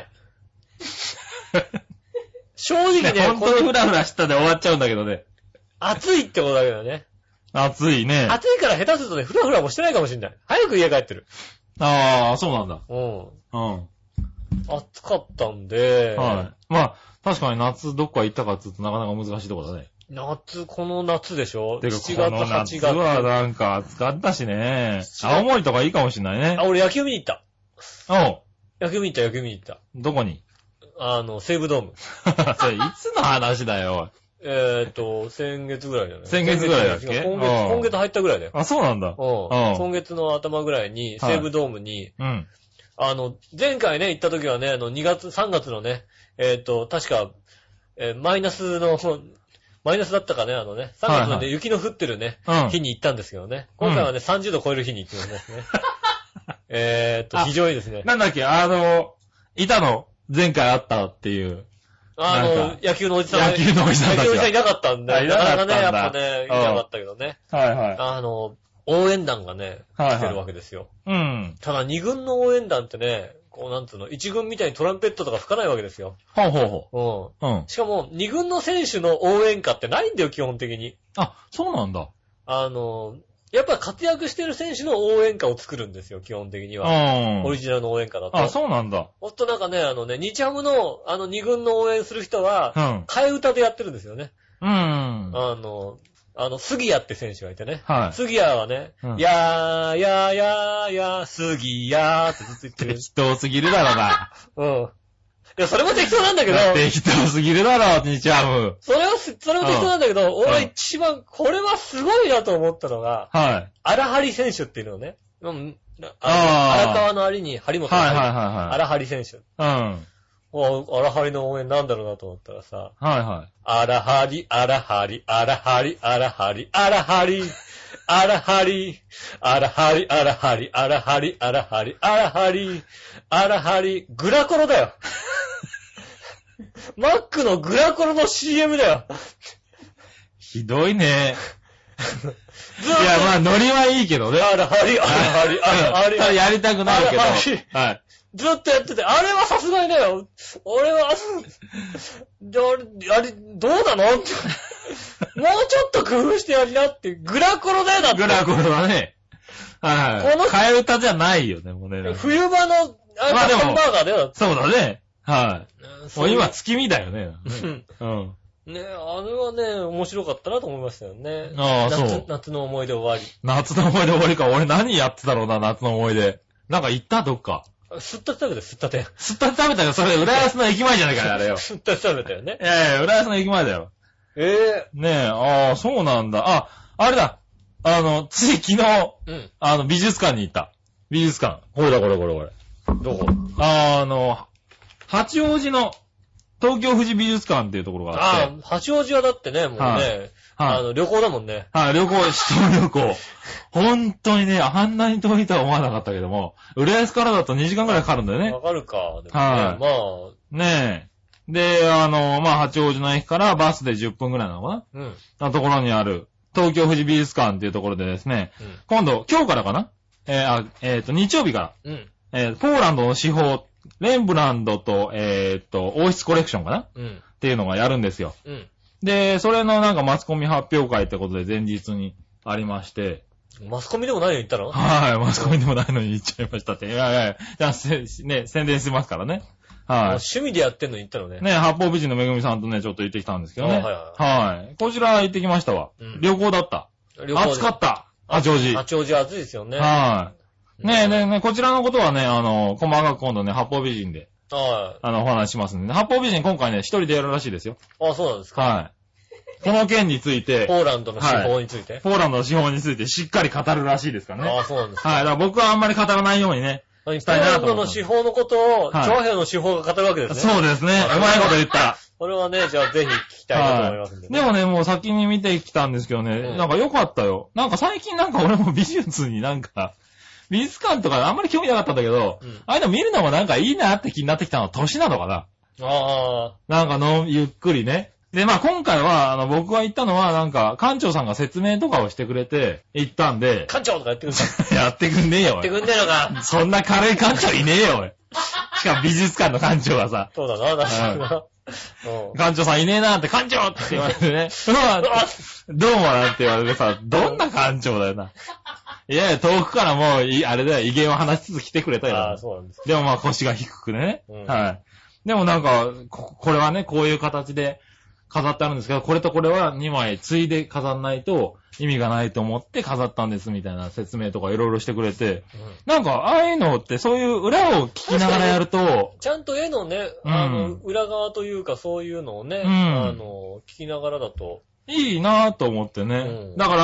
正直ね、 本当にフラフラしたで終わっちゃうんだけどね。 暑いってことだけどね。 暑いね。 暑いから下手するとね、フラフラもしてないかもしれない。早く家帰ってる。 ああ、そうなんだ。 うん。暑かったんで。 はい。まあ、確かに夏どっか行ったかって言うとなかなか難しいところだね。 この夏でしょ？ 7 月、8月。 夏はなんか暑かったしね。青森とかいいかもしれないね。 あ、俺野球見に行った。 おう。 野球見に行った。 どこに？ 西武ドーム。 それいつの話だよ。 先月ぐらいだよね。 先月ぐらいだっけ？ 今月入ったぐらいだよ。 あ、そうなんだ。 今月の頭ぐらいに、西武ドームに、うん。前回ね、行った時はね、3月のね、確か、マイナスだったかね、3月のね、雪の降ってるね、日に行ったんですけどね。今回はね、30度超える日に行ってますね。非常にですね。 なんだっけ、いたの？前回あったっていう。 野球のおじさん。 野球のおじさんたちは。 野球のおじさんいなかったんで、なかなかね、やっぱね、いなかったけどね。 はいはい。 応援団がね、来てるわけですよ。 うん。 ただ、2軍の応援団ってね、なんつうの、1軍みたいにトランペットとか吹かないわけですよ。 ほうほうほう。うん。しかも、2軍の選手の応援歌ってないんだよ、基本的に。 あ、そうなんだ。 やっぱ活躍してる選手の応援歌を作るんですよ、基本的には。オリジナルの応援歌だと。 あ、そうなんだ。 ほんとなんかね、日ハムの、2軍の応援する人は、替え歌でやってるんですよね。 うん。 杉谷って選手がいてね。 はい。 杉谷はね、やーやーやーやー、杉谷ってずっと言ってる。 適当すぎるだろうな。 うん。いや、それも適当なんだけど。 適当すぎるだろ、日ハム。 それも適当なんだけど、俺一番、これはすごいなと思ったのが、 はい。 荒張選手っていうのをね。荒川の有に張本。 はいはいはいはい。 荒張選手。 うん。 荒張の応援なんだろうなと思ったらさ。 はいはい。 荒張、荒張、荒張、荒張、荒張、荒張、荒張、荒張、荒張、荒張、荒張、荒張、グラコロだよ。マックのグラコロの CM だよ。 ひどいね。いや、まあ、ノリはいいけどね。 荒張、荒張、 やりたくなるけど。はい。 ずっとやってて、あれはさすがにだよ。俺は、あれ、どうなのって。もうちょっと工夫してやりなって。グラコロだよ、だって。 グラコロだね。はい。替え歌じゃないよね、もうね。 冬場の、ハンバーガーだよ。 そうだね。はい。もう今月見だよね。うん。 ねえ、あれはね、面白かったなと思いましたよね。 ああ、そう。 夏の思い出終わり。 夏の思い出終わりか。俺何やってたろうな、夏の思い出。なんか行ったどっか。 すったて食べたよ、すったて。 すったて食べたよ、それ、浦安の駅前じゃないかね、あれよ。 すったて食べたよね。 浦安の駅前だよ。ねえ、ああ、そうなんだ。あ、あれだ。つい昨日、美術館に行った。美術館。これ。 どこ？ 八王子の東京富士美術館っていうところがあって。 八王子はだってね、もうね、旅行だもんね。 旅行、人旅行。本当にね、あんなに遠いとは思わなかったけども、浦安からだと2時間くらいかかるんだよね。 わかるか。でもね、 まあ。ねえ。で、八王子の駅からバスで10分くらいなのかな？なところにある、 東京富士美術館っていうところでですね、今度、今日からかな日曜日から、ポーランドの至宝、レンブランドと、王室コレクションかな、っていうのがやるんですよ。で、それのなんかマスコミ発表会ってことで前日にありまして。 マスコミでもないのに言ったの？ はい、マスコミでもないのに言っちゃいましたって。いや、ね、宣伝してますからね。はい。 趣味でやってんのに言ったのね。 ね、八方美人のめぐみさんとね、ちょっと行ってきたんですけどね。はい。こちら行ってきましたわ。旅行だった。暑かった。八王子。 八王子暑いですよね。 はい。ね、こちらのことはね、細かく今度ね、八方美人で。お話しますんでね。八方美人今回ね、一人でやるらしいですよ。 あ、そうなんですか。 はい。この件について。 ポーランドの司法について。 ポーランドの司法についてしっかり語るらしいですからね。 あ、そうなんですか。 はい。だから僕はあんまり語らないようにね。 ポーランドの司法のことを、長編の司法が語るわけですね。 そうですね。うまいこと言った。 これはね、じゃあぜひ聞きたいなと思いますんで。 でもね、もう先に見てきたんですけどね、なんか良かったよ。なんか最近なんか俺も美術になんか、美術館とかあんまり興味なかったんだけど、ああいうの見るのもなんかいいなって気になってきたのは年なのかな。なんかゆっくりね。で、まあ今回は、僕が行ったのは、なんか、館長さんが説明とかをしてくれて、行ったんで。 館長とかやってくんだ。やってくんねえよ、 やってくんねえのか。 そんな軽い館長いねえよ、おい。しかも美術館の館長がさ。 そうだな、確かにな。 館長さんいねえなって、館長って言われてね。どうもなんて言われてさ、どんな館長だよな。いやいや、遠くからもう、あれだよ、威厳を話しつつ来てくれたよ。 ああ、そうなんです。 でもまあ腰が低くね。はい。でもなんか、これはね、こういう形で飾ってあるんですけど、これとこれは2枚ついで飾んないと意味がないと思って飾ったんですみたいな説明とかいろいろしてくれて、なんか、ああいうのってそういう裏を聞きながらやると、 ちゃんと絵のね、裏側というかそういうのをね、聞きながらだと、 いいなぁと思ってね。だから、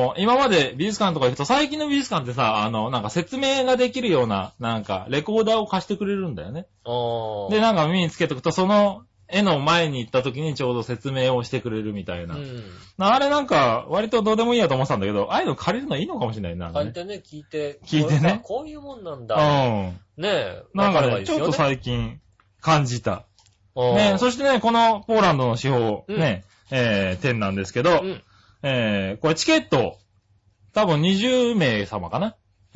今まで美術館とか行くと、最近の美術館ってさ、なんか説明ができるような、なんか、レコーダーを貸してくれるんだよね。で、なんか耳につけとくと、その絵の前に行った時にちょうど説明をしてくれるみたいな。あれなんか、割とどうでもいいやと思ってたんだけど、ああいうの借りるのいいのかもしれないな。 借りてね、聞いてね。 こういうもんなんだ。ねえ。 なんかね、ちょっと最近感じた。ね、そしてね、このポーランドの司法、ね、展なんですけど、これチケット、多分20名様かな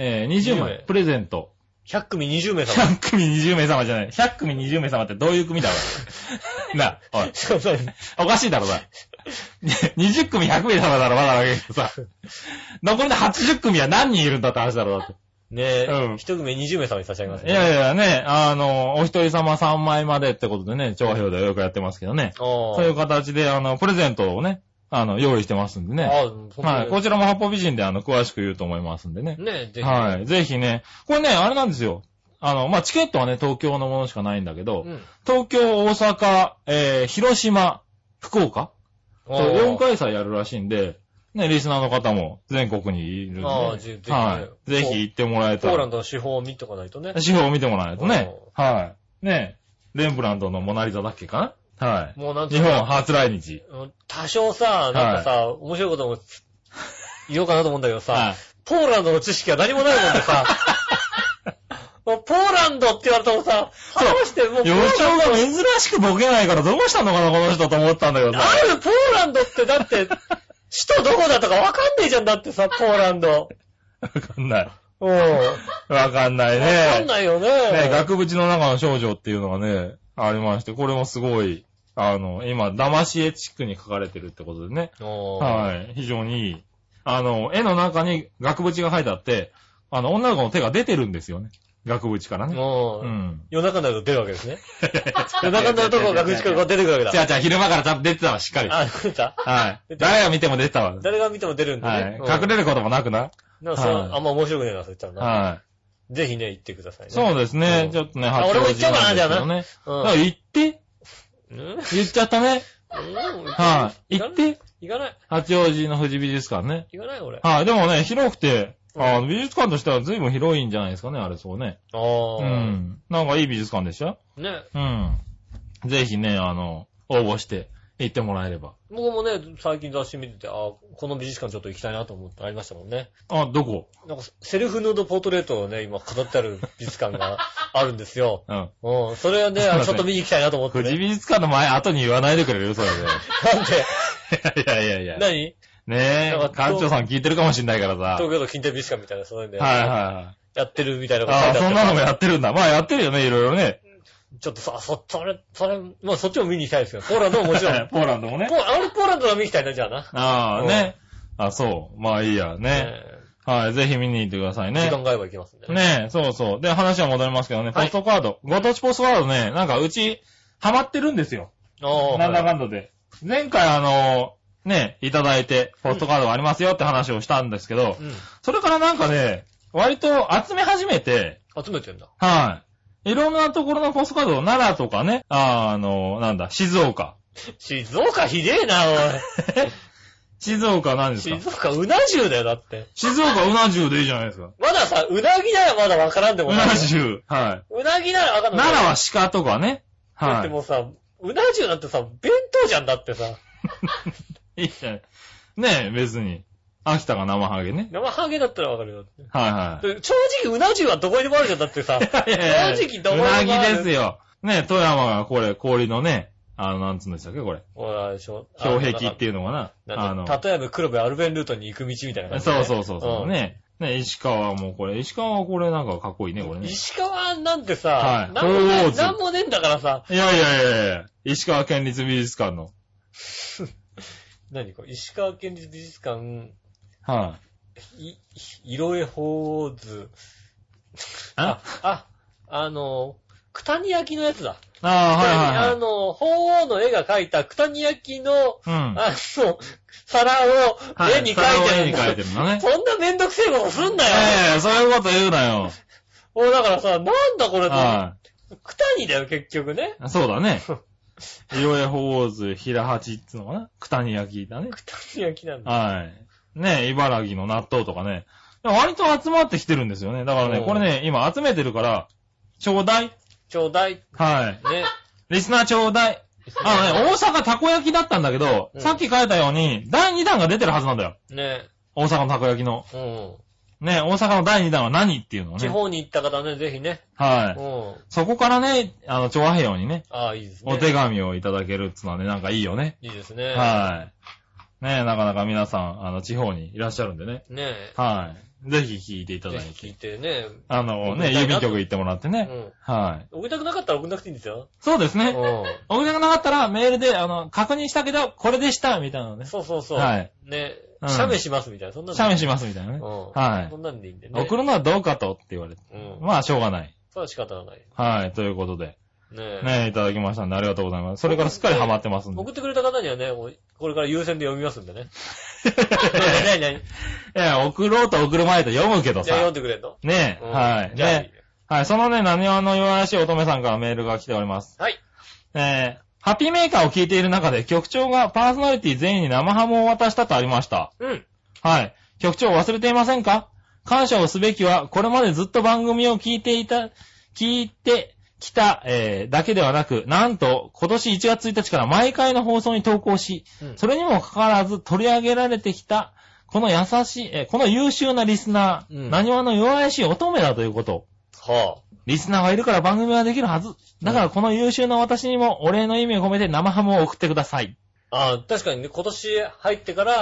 20枚、プレゼント。 100組20名様。 100組20名様じゃない。100組20名様ってどういう組だろうな、おい。おかしいだろ、な。20組100名様だろ、まだだけどさ。残りの80組は何人いるんだって話だろ、だって。 ねえ、一組20名様に差し上げますね。 いやいやね、お一人様3枚までってことでね、長編でよくやってますけどね。そういう形で、プレゼントをね、用意してますんでね。はい。こちらも八方美人で、詳しく言うと思いますんでね。 ねえ、ぜひ。 はい。ぜひね。これね、あれなんですよ。まあ、チケットはね、東京のものしかないんだけど、東京、大阪、広島、福岡と4回祭やるらしいんで、ね、リスナーの方も全国にいるんで。はい。ぜひ行ってもらえたら。 ポーランドの司法を見とかないとね。 司法を見てもらえないとね。はい。ね、レンブランドのモナリザだっけかなはい。もうなんて日本初来日。 多少さ、なんかさ、面白いことも言おうかなと思うんだけどさ、ポーランドの知識は何もないもんでさ、ポーランドって言われてもさ、どうしてもう。 予兆が珍しくボケないからどうしたのかな、この人と思ったんだけどさ。 ポーランドってだって、首都どこだとかわかんねえじゃんだってさ、ポーランド。 わかんない。わかんないね。 わかんないよね。 ね、額縁の中の少女っていうのがね、ありまして、これもすごい、今、騙し絵チックに描かれてるってことでね。はい。非常にいい。絵の中に額縁が書いてあって、女の子の手が出てるんですよね。額縁からね。 夜中になると出るわけですね。夜中になると額縁から出てくるわけだ。 じゃあ昼間からちゃんと出てたわ、しっかり。 出たはい。誰が見ても出てたわ。 誰が見ても出るんでね。 はい。隠れることもなくな。 あんま面白くねえな、そう言ったらな。 はい。 ぜひね、行ってくださいね。 そうですね。ちょっとね、 俺も行っちゃうかな、じゃあな。 行って言っちゃったね。はい。行って行かない。 八王子の富士美術館ね。 行かない俺。 はい。でもね、広くて、美術館としては随分広いんじゃないですかね、あれそうね。なんかいい美術館でしょね。 ぜひね、応募して行ってもらえれば。 僕もね、最近雑誌見てて、この美術館ちょっと行きたいなと思ってありましたもんね。 どこ？ なんか、セルフヌードポートレートをね、今飾ってある美術館があるんですよ。それはね、ちょっと見に行きたいなと思って、ね。 富士美術館の前、後に言わないでくれるよ、それで。 なんでいや。 何ねえ、館長さん聞いてるかもしんないからさ。 東京都近代美術館みたいな、そういうね。 はいはい。 やってるみたいなこと書いてあって。 そんなのもやってるんだ。まあやってるよね、いろいろね。 ちょっとさ、それ、まあそっちも見に行きたいですよ。ポーランドももちろん。 ポーランドもね。 ポーランドは見に行きたいな、じゃあな。 ああ、ね。あ、そう。まあいいや、ね。はい、ぜひ見に行ってくださいね。 時間が合えば行きますんでね。 ねえ、そうそう。で、話は戻りますけどね、ポストカード。ご当地ポストカードね、なんかうち、ハマってるんですよ。なんだかんだで。前回ね、いただいて、ポストカードがありますよって話をしたんですけど、それからなんかね、割と集め始めて。 集めてんだ。 はい。いろんなところのポストカードを奈良とかね、なんだ、静岡。 静岡ひでえな、おい。 静岡何ですか？ 静岡うな重だよ、だって。 静岡うな重でいいじゃないですか。 まださ、うなぎならまだわからんでもない。 うな重。はい。 うなぎならわかんない。 奈良は鹿とかね。 はい。だってもうさ、うな重なんてさ、弁当じゃんだってさ。 いいじゃん。ねえ、別に。秋田が生ハゲね。 生ハゲだったらわかるよ。 はいはい。 正直うな重はどこにでもあるじゃん、だってさ。正直どこにでもある。 うなぎですよ。ねえ、富山がこれ、氷のね、なんつうんでしたっけ、これ。 あれでしょ。 氷壁っていうのかな。 例えば黒部アルベンルートに行く道みたいな感じ、 ね。そう。ね。ね、石川もこれ、石川はこれなんかかっこいいね、これね。 石川なんてさ、 はい。 なんもねえんだからさ。 いや。石川県立美術館の。 何これ、石川県立美術館。 はい。 色絵法図。九谷焼のやつだ。 はい。 鳳凰の絵が描いた九谷焼の、皿を絵に描いてるのね。そんなめんどくせえことすんなよ。 そういうこと言うなよ。 だからさ、なんだこれと。九谷だよ、結局ね。 そうだね。色絵鳳凰図、平八っていうのかな？九谷焼だね。 九谷焼なんだ。 はい。ね、茨城の納豆とかね。割と集まってきてるんですよね。だからね、これね、今集めてるから、ちょうだい。はい。ね。リスナーちょうだい。大阪たこ焼きだったんだけど、さっき書いたように、第2弾が出てるはずなんだよ。 ね。 大阪のたこ焼きの。ね、大阪の第2弾は何っていうのをね。 地方に行った方ね、ぜひね。 はい。そこからね、調和平和にね。 いいですね。 お手紙をいただけるっていうのはね、なんかいいよね。 いいですね。 はい。ね、なかなか皆さん、地方にいらっしゃるんでね。 ね。 はい。ぜひ聞いていただいて。 聞いてね。 郵便局行ってもらってね。はい。 送りたくなかったら送んなくていいんですよ。 そうですね。送りたくなかったらメールで、確認したけど、これでした、みたいなのね。 そう。 はい。 ね。写メしますみたいな。そんな写メしますみたいなね。はい。 そんなんでいいんでね。 送るのはどうかとって言われて。まあ、しょうがない。 それは仕方がない。 はい。ということで。 ねいただきましたんで、ありがとうございます。それからすっかりハマってますんで。 送ってくれた方にはね、これから優先で読みますんでね。何いや、送ろうと送る前と読むけどさ。 じゃあ読んでくれんの？ ねはい。ねはい。そのね、何話の弱々しい乙女さんからメールが来ております。 はい。 ハッピーメーカーを聞いている中で、局長がパーソナリティ全員に生ハムを渡したとありました。はい。局長忘れていませんか？感謝をすべきは、これまでずっと番組を聞いてきた、だけではなく、なんと、今年1月1日から毎回の放送に投稿し、それにもかかわらず取り上げられてきた、このこの優秀なリスナー、何話の弱々しい乙女だということ。リスナーがいるから番組はできるはず。だからこの優秀な私にもお礼の意味を込めて生ハムを送ってください。 確かにね、今年入ってから、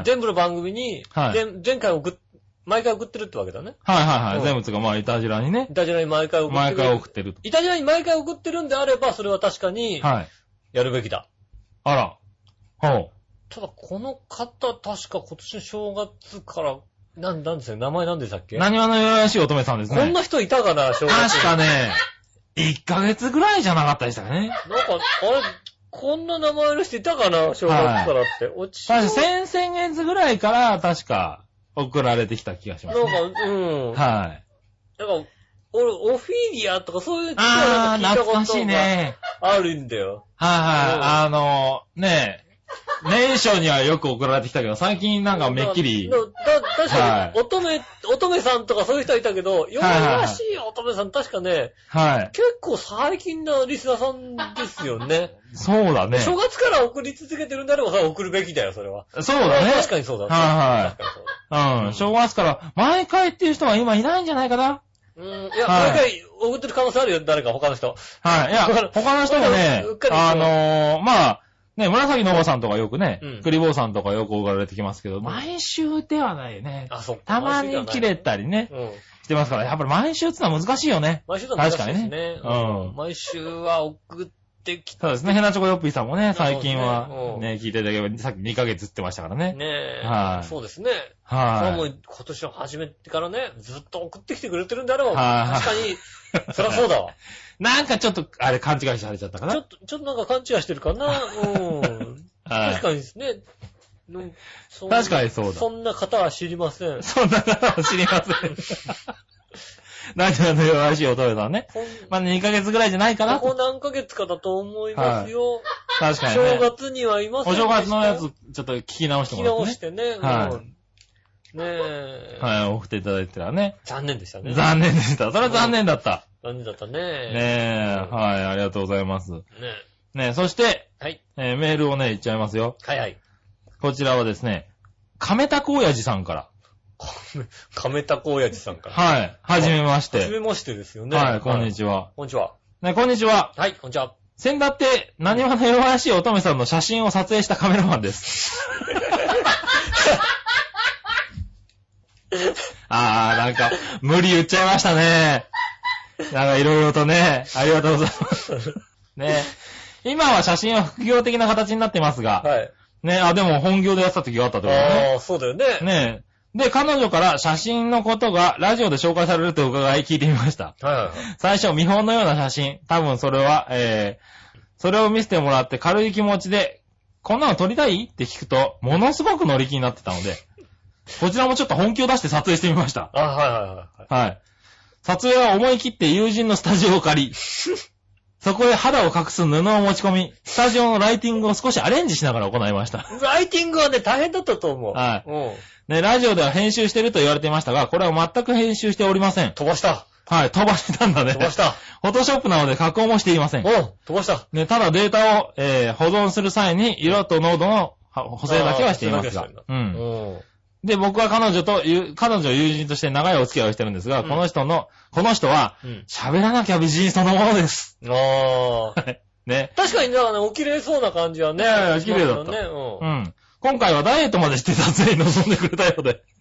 全部の番組に、前回毎回送ってるってわけだね。 はい。全部つか、まあ、イタジラにね。 イタジラに毎回送ってる。イタジラに毎回送ってるんであれば、それは確かに、やるべきだ。 あら。ほう。 ただ、この方、確か今年の正月から、なんですよ。名前なんでしたっけ？ 何話の弱々しい乙女さんですね。 こんな人いたかな、正月。 確かね、1ヶ月ぐらいじゃなかったでしたかね。 なんか、こんな名前の人いたかな、正月からって。 確か先々月ぐらいから、確か、送られてきた気がします、ね。 なんか、はい。なんか、オフィリアとかそういう懐かしいね。 あるんだよ。 ねえ、年初にはよく送られてきたけど、最近なんかめっきり。 確かに、乙女さんとかそういう人いたけど、弱々しい乙女さん確かね、結構最近のリスナーさんですよね。 そうだね。 正月から送り続けてるんだればさ、送るべきだよ、それは。 そうだね。 確かにそうだ。 正月から毎回っていう人は今いないんじゃないかな。 いや、毎回送ってる可能性あるよ、誰か他の人。 いや、他の人もね、まあ、 ね、紫のおばさんとかよくね、クリボーさんとかよく送られてきますけど、毎週ではないね。 あ、そっか。 たまに切れたりね、してますから、やっぱり毎週ってのは難しいよね。 毎週ってのは難しいですね。毎週は送ってきて。 そうですね、ヘナチョコヨッピーさんもね、最近はね、聞いていただければ、さっき2ヶ月ってましたからね。 ねえ。はい。そうですね。はい。もう今年の初めてからね、ずっと送ってきてくれてるんであれば、確かに、そりゃそうだわ。 なんかちょっと、あれ勘違いされちゃったかな。 ちょっとなんか勘違いしてるかな。確かにですね。 確かにそうだ。 そんな方は知りません。 そんな方は知りません。何かの弱いしいおとめさんね。まあ2ヶ月ぐらいじゃないかな。 ここ何ヶ月かだと思いますよ。 確かにね。正月にはいますよ。 お正月のやつ、ちょっと聞き直してもらって、ね。 聞き直してね。はい。ねえ。 はい、送っていただいてたらね。 残念でしたね。 残念でした。それは残念だった。 残念だったね。 ねえ、はい、ありがとうございます。ねえ。ねえ、そして、はい。メールをね、言っちゃいますよ。 はいはい。 こちらはですね、亀田小親父さんから。 亀田小親父さんから。 はい。はじめまして。 はじめましてですよね。 はい、こんにちは。 こんにちは。 ね、こんにちは。 はい、こんにちは。 先だって、何話の弱々しい乙女さんの写真を撮影したカメラマンです。なんか、無理言っちゃいましたね。なんかいろいろとね、ありがとうございます。ね。今は写真は副業的な形になってますが、はい。ね、でも本業でやってた時があったってことね。 そうだよね。 ね。で、彼女から写真のことがラジオで紹介されると伺い聞いてみました。はいはいはい。最初見本のような写真、多分それは、それを見せてもらって軽い気持ちで、こんなの撮りたいって聞くと、ものすごく乗り気になってたので、こちらもちょっと本気を出して撮影してみました。 はいはいはい。 はい。撮影は思い切って友人のスタジオを借り、そこへ肌を隠す布を持ち込み、スタジオのライティングを少しアレンジしながら行いました。 ライティングはね、大変だったと思う。 はい。ね、ラジオでは編集してると言われていましたが、これは全く編集しておりません。 飛ばした。 はい、飛ばしたんだね。 飛ばした。 フォトショップなので加工もしていません。 飛ばした。 ね、ただデータを、保存する際に色と濃度の補正だけはしていますが。うん。で、僕は彼女を友人として長いお付き合いをしてるんですが、この人は、喋らなきゃ美人そのものです。ね。 確かにだからね、お綺麗そうな感じはね。 綺麗だった。うん。今回はダイエットまでして撮影に臨んでくれたようで。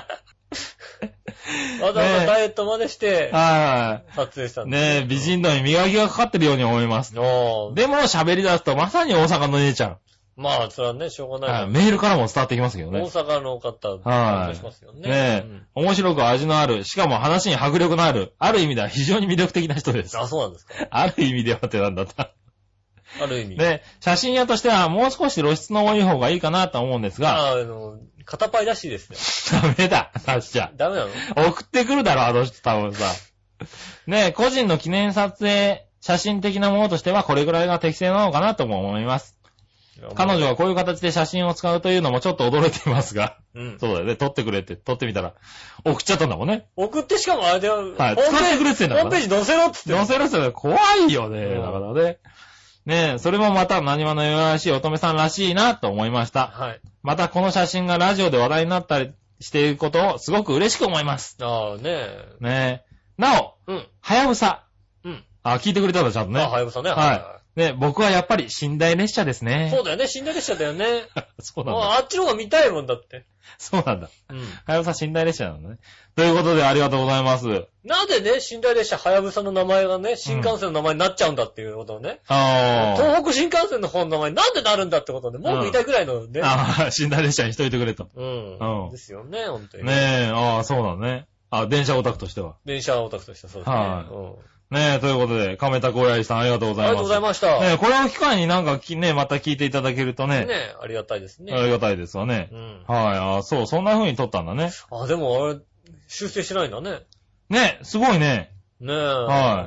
わざわざダイエットまでして、撮影したんですね。美人度に磨きがかかってるように思います。でも喋り出すとまさに大阪の姉ちゃん。 まあ、それはね、しょうがない。 メールからも伝わってきますけどね。 大阪の方、はい。しますよね。 ねえ、面白く味のある、しかも話に迫力のある、ある意味では非常に魅力的な人です。 あ、そうなんですか。 ある意味ではってなんだった。 ある意味。 ね、写真屋としてはもう少し露出の多い方がいいかなと思うんですが。 片パイらしいですね。ダメだ、さっしゃ。 ダメなの？ 送ってくるだろ、あの人多分さ。ね、個人の記念撮影、写真的なものとしてはこれぐらいが適正なのかなとも思います。彼女がこういう形で写真を使うというのもちょっと驚いていますが。そうだよね。撮ってくれって、撮ってみたら、送っちゃったんだもんね。 送ってしかもあれだよ。 はい。使ってくれって言うんだから。 ホームページ載せろって言って。 載せろって言って怖いよね。だからね。ねえ、それもまた何話の弱々しい乙女さんらしいなと思いました。はい。またこの写真がラジオで話題になったりしていることをすごく嬉しく思います。 ああ、ねえ。ねえ。なお、はやぶさ。聞いてくれたんだ、ちゃんとね。 はやぶさね。 はい。ね、僕はやっぱり寝台列車ですね。 そうだよね、寝台列車だよね。 そうなんだ。 あっちの方が見たいもんだって。 そうなんだ。はやぶさ寝台列車なのね。ということでありがとうございます。 なんでね、寝台列車はやぶさの名前がね、新幹線の名前になっちゃうんだっていうことをね。東北新幹線の方の名前になんでなるんだってことで、もう言いたいくらいのね。 寝台列車にしといてくれと。 ですよね、本当に。 ねえ、そうだね。電車オタクとしては。 電車オタクとしてはそうですね。はい。 ねえ、ということで、亀田小親さんありがとうございます。 ありがとうございました。 ねえ、これを機会になんかね、また聞いていただけるとね。 ねえ、ありがたいですね。 ありがたいですわね。はい、そう、そんな風に撮ったんだね。 でもあれ、修正しないんだね。 ねえ、すごいね。 ねえ。 はい。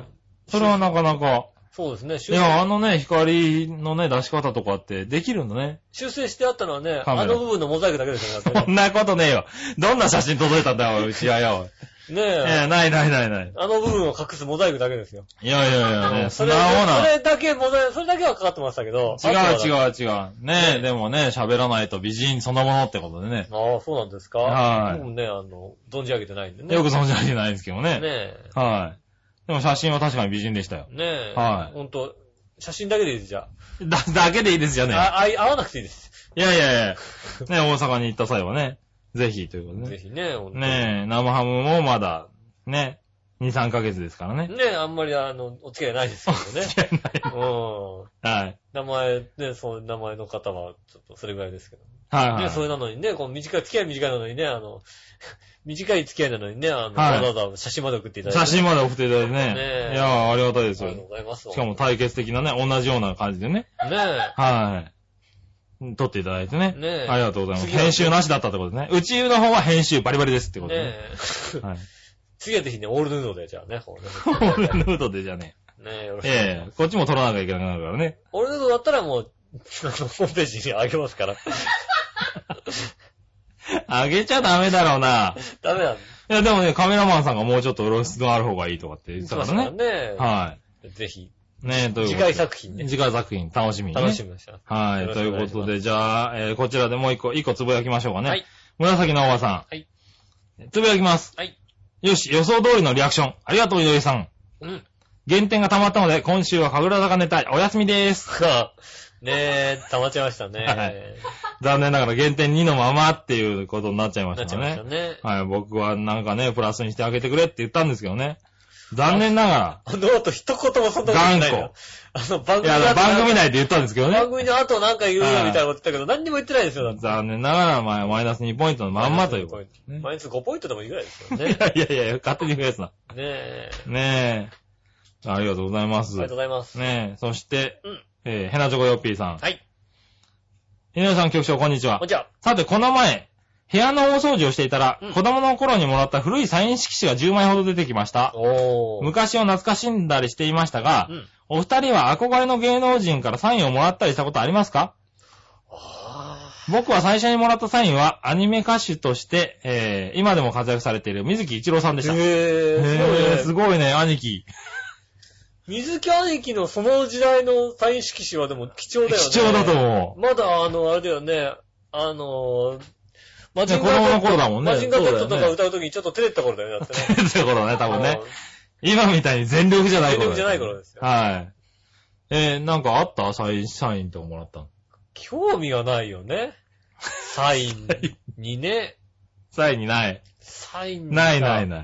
それはなかなか。 そうですね。 いや、光のね、出し方とかってできるんだね。 修正してあったのはね、部分のモザイクだけですよね。 そんなことねえよ。どんな写真届いたんだよ、うちはよ。 ねえ。 ない。 部分を隠すモザイクだけですよ。 いやね、 それだけはかかってましたけど。 違う。ねえ、でもね、喋らないと美人そのものってことでね。 ああ、そうなんですか？はい。僕もね、存じ上げてないんでね。 よく存じ上げてないんですけどね。 ねえ。 はい。でも写真は確かに美人でしたよ。 ねえ。 はい。 ほんと、 写真だけでいいです、じゃあ。だけでいいですじゃね。 会わなくていいです。 いや。ね、大阪に行った際はね、ぜひということでね。 ぜひね、 ねえ、生ハムもまだ、ね、2、3ヶ月ですからね。 ねえ、あんまりお付き合いないですけどね。お付き合いない。 はい。 名前の方は、ちょっとそれぐらいですけど。 はい。 ね、それなのにね、この付き合い短いなのにね、短い付き合いなのにね、わざわざ写真まで送っていただいて。 写真まで送っていただいてね。ねいやありがたいですよ。 ありがとうございます。 しかも対決的なね、同じような感じでね。 ねえ。 はい。撮っていただいてね。ねえ。ありがとうございます。編集なしだったってことですね。うちの方は編集バリバリですってことね。ねえ。はい。次はぜひね、オールヌードで、じゃあね。オールヌードでじゃね。 ねえ、よろしく。 こっちも撮らなきゃいけなくなるからね。 オールヌードだったらもう、ホームページにあげますから。 あげちゃダメだろうな。 ダメなんだ。 いや、でもね、カメラマンさんがもうちょっと露出がある方がいいとかって言ってたからね。そうですね。はい。 ぜひ。 ねえ、ということで。 次回作品ね。 次回作品、楽しみにね。 楽しみました。 はい。ということで、じゃあ、こちらでもう一個つぶやきましょうかね。はい。紫のおばさん。はい。つぶやきます。はい。よし、予想通りのリアクション。ありがとう、井上さん。うん。減点が溜まったので、今週は神楽坂ネタ、お休みでーす。 ねえ、溜まっちゃいましたね。はい。 残念ながら減点2のままっていうことになっちゃいましたね。なっちゃいましたね。はい。僕はなんかね、プラスにしてあげてくれって言ったんですけどね。残念ながら。 あの後一言もそんなことないよ。 番組内で言ったんですけどね。 番組の後なんか言うよみたいなこと言ったけど、何にも言ってないですよ。 残念ながら、マイナス2ポイントのまんまということ。 マイナス5ポイントでもいいぐらいですよね。 いや、勝手に増やすな。 ねえ。 ねえ。ありがとうございます。 ありがとうございます。 ねえ。そして、ヘナチョコヨッピーさん。はい。井上さん局長、こんにちは。 こんにちは。 さて、この前、部屋の大掃除をしていたら、子供の頃にもらった古いサイン色紙が10枚ほど出てきました。昔を懐かしんだりしていましたが、お二人は憧れの芸能人からサインをもらったりしたことありますか？僕は最初にもらったサインはアニメ歌手として、今でも活躍されている水木一郎さんでした。すごいね、兄貴。 水木兄貴のその時代のサイン色紙はでも貴重だよね。 貴重だと思う。 まだあれだよね、マジンガー Z だもんね。 マジンガー Z とか歌うときにちょっと照れた頃だよね、だってね。 照れた頃ね、多分ね。今みたいに全力じゃない頃。 全力じゃない頃ですよ。 はい。なんかあったサインとかもらったの？ 興味がないよね。サインにね。 サインにない。 サインにない。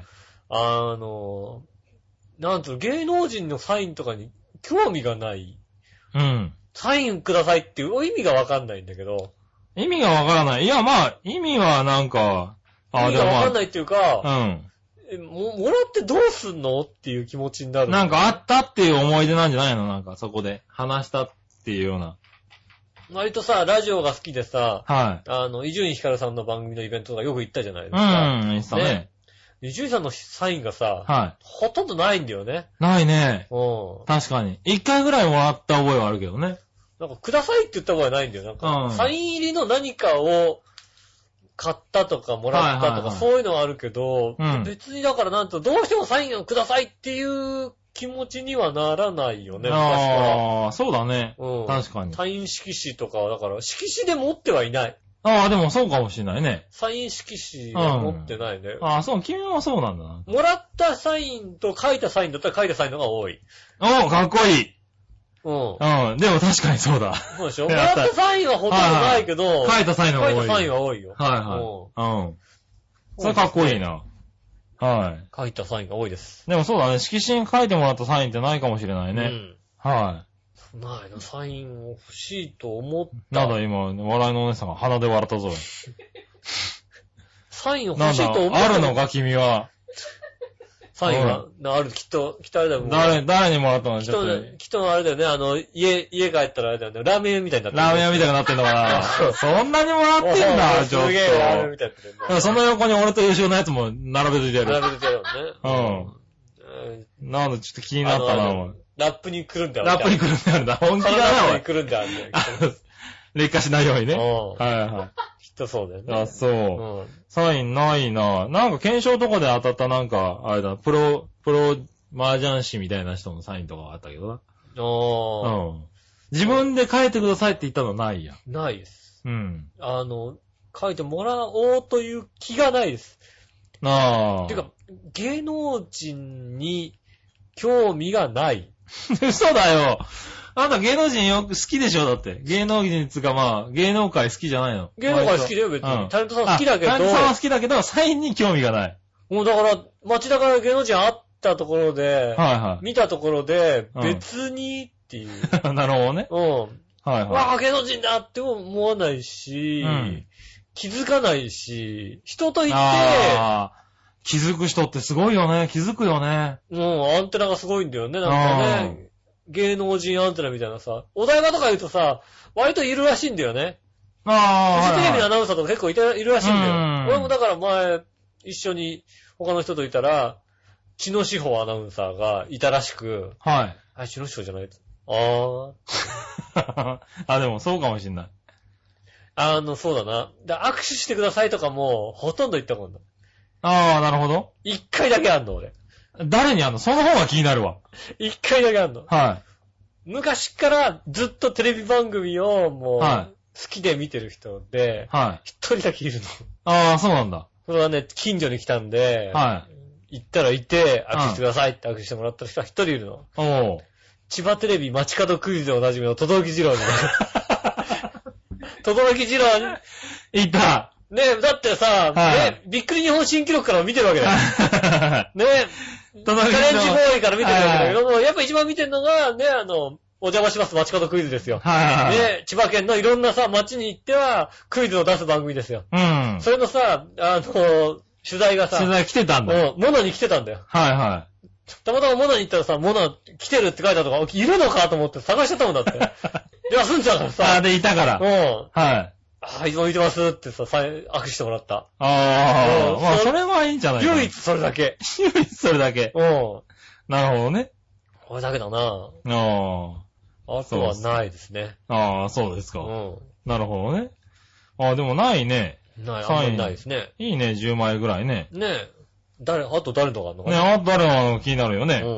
なんと芸能人のサインとかに興味がない。 うん。 サインくださいっていう意味がわかんないんだけど。 意味がわからない。いや、まあ、意味はなんか、 意味がわかんないっていうか、 うん。 もらってどうすんのっていう気持ちになる。 なんかあったっていう思い出なんじゃないの？なんかそこで話したっていうような。 割とさ、ラジオが好きでさ、 はい。 伊集院光さんの番組のイベントとかよく行ったじゃないですか。 言ってたね。 伊集院さんのサインがさ、 はい。 ほとんどないんだよね。 ないね。 うん。 確かに。一回ぐらいもらった覚えはあるけどね。 なんか、くださいって言った覚えはないんだよ。なんか、サイン入りの何かを買ったとかもらったとか、そういうのはあるけど、別にだからなんと、どうしてもサインをくださいっていう気持ちにはならないよね、昔は。そうだね。確かに。 サイン色紙とかは、だから、色紙で持ってはいない。 でもそうかもしれないね。 サイン色紙は持ってないね。 そう、君はそうなんだな。 もらったサインと書いたサインだったら書いたサインの方が多い。 かっこいい。でも確かにそうだ。 そうでしょ？もらったサインはほとんどないけど、 書いたサインの方が多い。 書いたサインは多いよ。 それかっこいいな。はい。 書いたサインが多いです。 でもそうだね、色紙に書いてもらったサインってないかもしれないね。はい。 ないな、サインを欲しいと思った。 なんだ今、笑いのお姉さんが鼻で笑ったぞ。 サインを欲しいと思った。 あるのか、君は。 サインは、ある、きっとあれだよ。 誰にもらったの？ きっとあれだよね、家帰ったらあれだよね、ラーメン屋みたいになってる。 ラーメン屋みたいになってんのかなそんなにもらってんだ、ちょっと。 すげえラーメンみたいになってるね。 その横に俺と吉尾のやつも並べといてやる。 並べてやるよね。なんだ、ちょっと気になったな、 ラップに来るんだよ。 ラップに来るんだよな。本気だな、 ラップに来るんだよ。 劣化しないようにね。はい。 きっとそうだよね。 そう。サインないな。なんか検証とかで当たったなんか、あれだ、プロ麻雀師みたいな人のサインとかがあったけどな。自分で書いてくださいって言ったのないや。 ないです。書いてもらおうという気がないです。てか、芸能人に興味がない。 嘘だよ。あんた芸能人よく好きでしょだって。芸能人つかまあ、芸能界好きじゃないの。 芸能界好きだよ、別に。タレントさん好きだけど。 タレントさんは好きだけど、サインに興味がない。 もうだから、街中で芸能人会ったところで、見たところで、別にっていう。 なるほどね。 わあ、芸能人だって思わないし、気づかないし、人と言って、 気づく人ってすごいよね。気づくよね。 アンテナがすごいんだよね。なんかね。芸能人アンテナみたいなさ、お台場とか言うとさ、割といるらしいんだよね。フジテレビのアナウンサーとか結構いるらしいんだよ。俺もだから前、一緒に他の人といたら、知野志保アナウンサーがいたらしく、知野志保じゃない。 でもそうかもしんない。 そうだな。握手してくださいとかも、ほとんど言ったことない。 なるほど。 一回だけあんの、俺。 誰にあんの？その方が気になるわ。 一回だけあんの。昔からずっとテレビ番組をもう、好きで見てる人で、一人だけいるの。そうなんだ。 それはね、近所に来たんで、行ったらいて、握手してくださいって握手してもらった人は一人いるの。千葉テレビ街角クイズでおなじみの轟二郎に。轟二郎に。 いた。 ねだってさ、びっくり日本新記録から見てるわけだよ。ねチャレンジボーイから見てるわけだけども、やっぱ一番見てるのが、ね、お邪魔します街角クイズですよ。ね千葉県のいろんなさ、街に行っては、クイズを出す番組ですよ。それのさ、取材がさ、 取材来てたんだ。 モナに来てたんだよ。たまたまモナに行ったらさ、モナ来てるって書いてあるとか、いるのかと思って探しちゃったもんだって。いや、すんちゃんからさ。 で、いたから。 いつも見てますってさ、握手してもらった。 まあ、それはいいんじゃないかな。 唯一それだけ。 唯一それだけ。なるほどね。 これだけだな。あとはないですね。 そうですか。なるほどね。でもないね。 あんまりないですね。 いいね、10枚ぐらいね。 あと誰とかあるのかな？誰の気になるよね。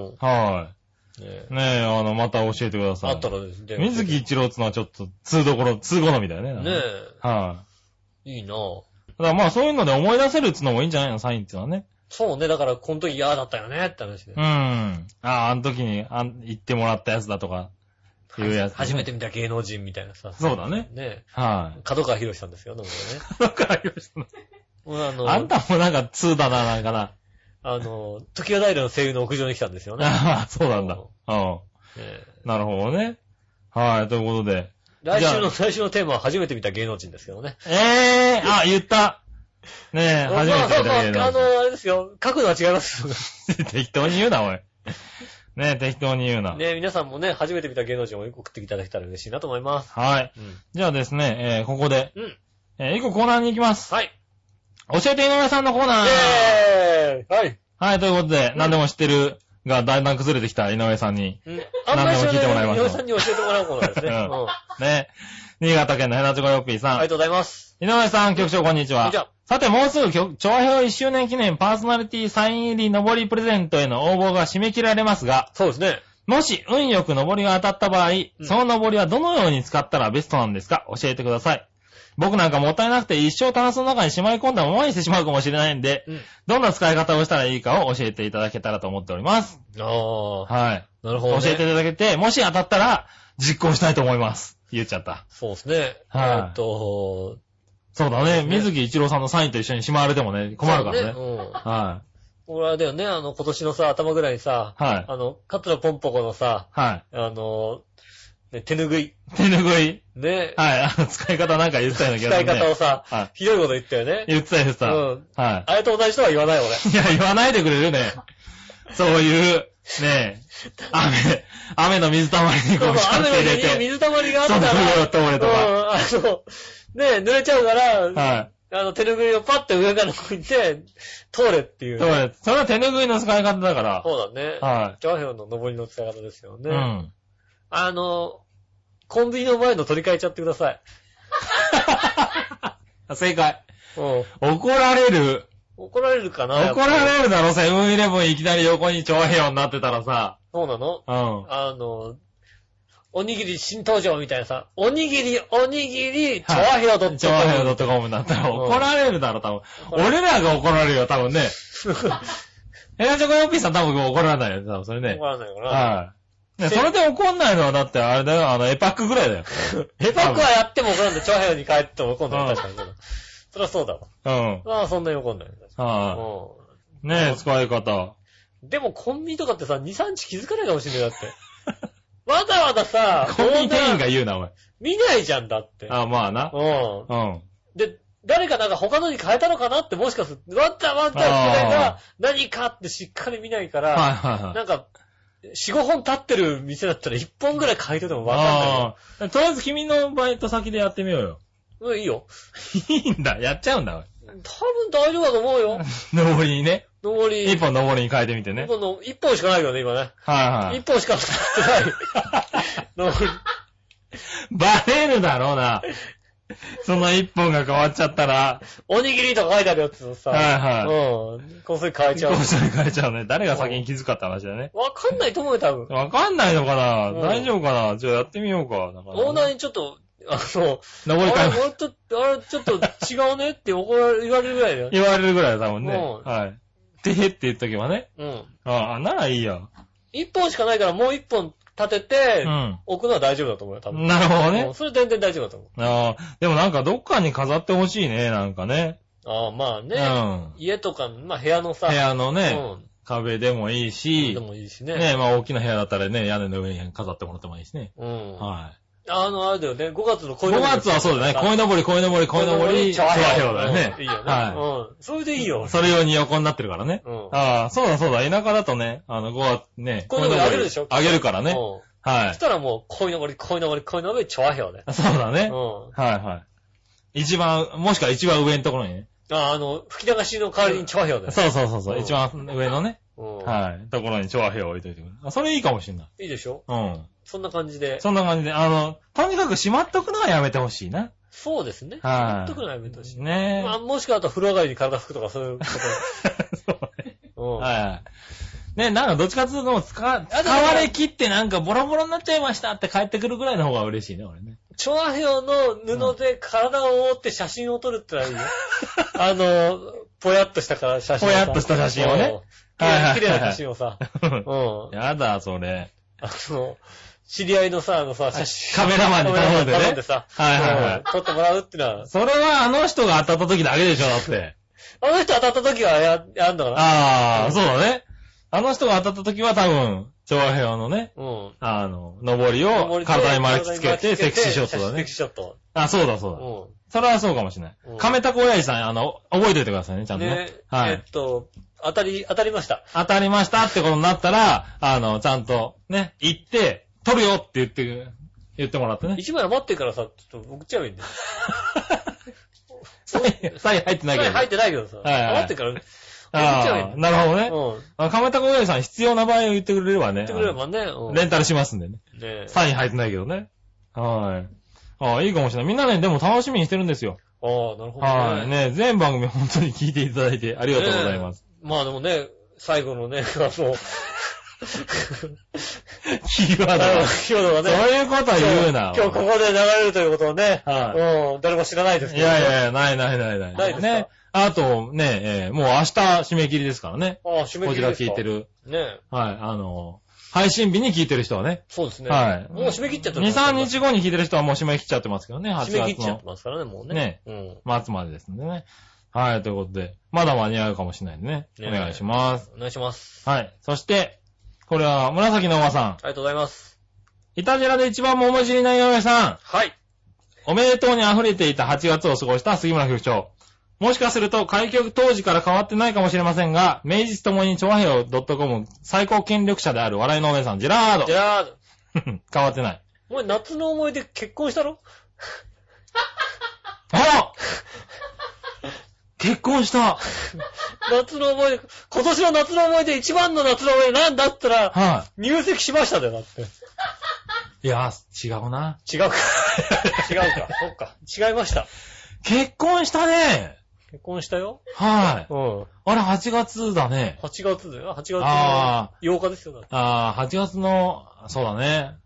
また教えてください。 あったらですね。 水木一郎ってのはちょっと、通好みだよね。 いいな。 だからまあそういうので思い出せるってのもいいんじゃないの？サインってのはね。 そうね。だから、この時嫌だったよねって話で。 あの時に、言ってもらったやつだとか、いうやつ。 初めて見た芸能人みたいなさ。 そうだね。 角川博さんですよね、もうね。 角川博さん。あんたもなんか2だな、なんかな。 時和平の声優の屋上に来たんですよね。 そうなんだ。なるほどね。ということで。 来週のテーマは初めて見た芸能人ですけどね。 言った。初めて見た芸能人。 あれですよ。書くのは違いますよ。 適当に言うな、おい。適当に言うな。 皆さんもね、初めて見た芸能人を送っていただけたら嬉しいなと思います。 じゃあですね、ここで、一個コーナーに行きます。教えて井上さんのコーナー。ということで、何でも知ってるがだんだん崩れてきた井上さんに、何でも聞いてもらいましょう。 井上さんに教えてもらうコーナーですね。 新潟県のヘナチョコヨッピーさん。 ありがとうございます。 井上さん、局長こんにちは。さて、もうすぐ、調和表1周年記念パーソナリティサイン入り上りプレゼントへの応募が締め切られますが、 そうですね。 もし運よく上りが当たった場合、その上りはどのように使ったらベストなんですか？教えてください。僕なんかもったいなくて一生タンスの中にしまい込んだままにしてしまうかもしれないんで、どんな使い方をしたらいいかを教えていただけたらと思っております。なるほど、教えていただけて、もし当たったら実行したいと思います。言っちゃった。 そうですね。 そうだね。水木一郎さんのサインと一緒にしまわれてもね、困るからね。 俺あれだよね、今年のさ、頭ぐらいにさ、桂ポンポコのさ、手ぬぐい。 手ぬぐい。 ね。 使い方なんか言ってたような気がするね。 使い方をさ、ひどいこと言ったよね。 言ってた。 あれと同じとは言わない俺。 いや、言わないでくれるね。そういう、ね雨の水たまりにこう、 雨の水に水たまりがあったら、濡れちゃうから、手ぬぐいをパッて上からこいて、通れっていう。 それは手ぬぐいの使い方だから。 そうだね。調和表の上りの使い方ですよね。コンビニの前の取り替えちゃってください。 正解。怒られる。 怒られるかな？ 怒られるだろ、セブンイレブンいきなり横に調和表になってたらさ。 そうなの？おにぎり新登場みたいなさ、おにぎり、調和表.com。 調和表.com だったら怒られるだろ、多分。俺らが怒られるよ、多分ね。ヘナチョコヨッピーさん多分怒らないよ、多分それね。 怒らないかな。 ね、それで怒んないのはだってあれだよ、エパックぐらいだよ。 エパックはやっても怒らんで、チョアヘヨに帰っても怒んない。確かに。そりゃそうだわ。ああ、そんなに怒んない。 ねえ、使い方。 でもコンビニとかってさ、2、3日気づかないかもしれないだって。わざわざさ、 コンビニ店員が言うな、お前。 見ないじゃんだって。 まあな。 で、誰かなんか他のに変えたのかなってもしかすると、わざわざが何かってしっかり見ないから、なんか、4、5本立ってる店だったら1本ぐらい変えててもわかんないよ。 とりあえず君のバイト先でやってみようよ。 いいよ。 いいんだ、やっちゃうんだ。 多分大丈夫だと思うよ。 上りにね。 上り。 一本上りに変えてみてね。 一本しかないよね、今ね。一本しか使ってない。上り。 バレるだろうな。その一本が変わっちゃったら。 おにぎりとか書いてあるやつをさ。こっそり変えちゃう。 こっそり変えちゃうね。誰が先に気づかった話だね。 わかんないと思うよ、多分。 わかんないのかな、大丈夫かな、じゃあやってみようか。 オーナーにちょっと、 上り替え。 あれちょっと違うねって言われるぐらいだよ。 言われるぐらいだもんね。はい。てへって言っとけばね。ならいいよ。 一本しかないからもう一本立てて、置くのは大丈夫だと思うよ、多分。 なるほどね。 それ全然大丈夫だと思う。でもなんかどっかに飾ってほしいね、なんかね。 まあね。家とか、まあ部屋のさ。 部屋のね、壁でもいいし。 でもいいしね。 ね、まあ大きな部屋だったらね、屋根の上に飾ってもらってもいいしね。はい。 あれだよね、5月の恋のぼり。5月はそうだね、恋のぼり、チョアヘヨだよね。 いいよね。はい。それでいいよ。 それ用に横になってるからね。そうだ。田舎だとね、5月ね。 恋のぼりあげるでしょ？ あげるからね。はい。 そしたらもう、恋のぼり、チョアヘヨで。 そうだね。はい。もしくは一番上のところにね。 吹き流しの代わりにチョアヘヨで。 そう。一番上のね。はい。ところにチョアヘヨ置いといてくれ。それいいかもしんない。 いいでしょ？そんな感じで。 とにかくしまっとくのはやめてほしいな。 そうですね。しまっとくのはやめてほしい。 ねまあ、もしくはあと風呂上がりに体拭くとかそういうこと。 そうね。はい。ね、なんかどっちかというと使われきってなんかボロボロになっちゃいましたって帰ってくるぐらいの方が嬉しいね、俺ね。 チョアヘヨの布で体を覆って写真を撮るってのはいいよ。ぽやっとした写真を。 ぽやっとした写真をね。 綺麗な写真をさ。 やだ、それ。 知り合いのさ、写真。 カメラマンに頼んでね。 頼んでさ。撮ってもらうってのは。 それはあの人が当たった時だけでしょ、だって。 あの人当たった時はやんだから。 そうだね。あの人が当たった時は多分、チョアヘヨのね、上りを体に巻きつけてセクシーショットだね。 セクシーショット。 そうだ。それはそうかもしれない。亀田小親父さん、覚えておいてくださいね、ちゃんとね。はい。 当たりました。 当たりましたってことになったら、ちゃんとね、行って、取るよって言ってもらってね。 1枚余ってからさ、ちょっと送っちゃえばいいんだよ。 サイン入ってないけど。 サイン入ってないけどさ。余ってから送っちゃえばいいんだよ。 なるほどね。亀田小親父さん必要な場合を言ってくれればね。 言ってくれればね。 レンタルしますんでね。サイン入ってないけどね。はい。いいかもしれない。みんなね、でも楽しみにしてるんですよ。 なるほどね。 はい。ね、全番組本当に聞いていただいてありがとうございます。 まあでもね、最後のね、 キーワードがね。そういうことは言うな。 今日ここで流れるということをね。誰も知らないですけど。 いや、ない。ないですね。あと、ね、もう明日締め切りですからね。 締め切りですか。こちら聞いてる。 ね。 はい。配信日に聞いてる人はね。 そうですね。 はい。 もう締め切っちゃってます。2、3日後に聞いてる人はもう締め切っちゃってますけどね。8月の。 締め切っちゃってますからね、もうね。 末までですんでね。はい、ということで、まだ間に合うかもしれないんでね。お願いします。 お願いします。 はい。そして、これは紫のおばさん。 ありがとうございます。 イタジラで一番もおじりない嫁さん。 はい。 おめでとうに溢れていた8月を過ごした杉村局長。もしかすると開局当時から変わってないかもしれませんが、名実ともにチョアヘヨ .com 最高権力者である笑いのお姉さん、ジェラード。変わってない。 お前夏の思い出結婚したろ？ 結婚した。 夏の思い出、今年の夏の思い出、一番の夏の思い出なんだったら、入籍しましただよ、だって。 いや、違うな。 違うか。そっか。違いました。 結婚したね。 結婚したよ。 はい。あれ、8月だね。 8月だよ。8月の8日ですよ。 8月の、そうだね。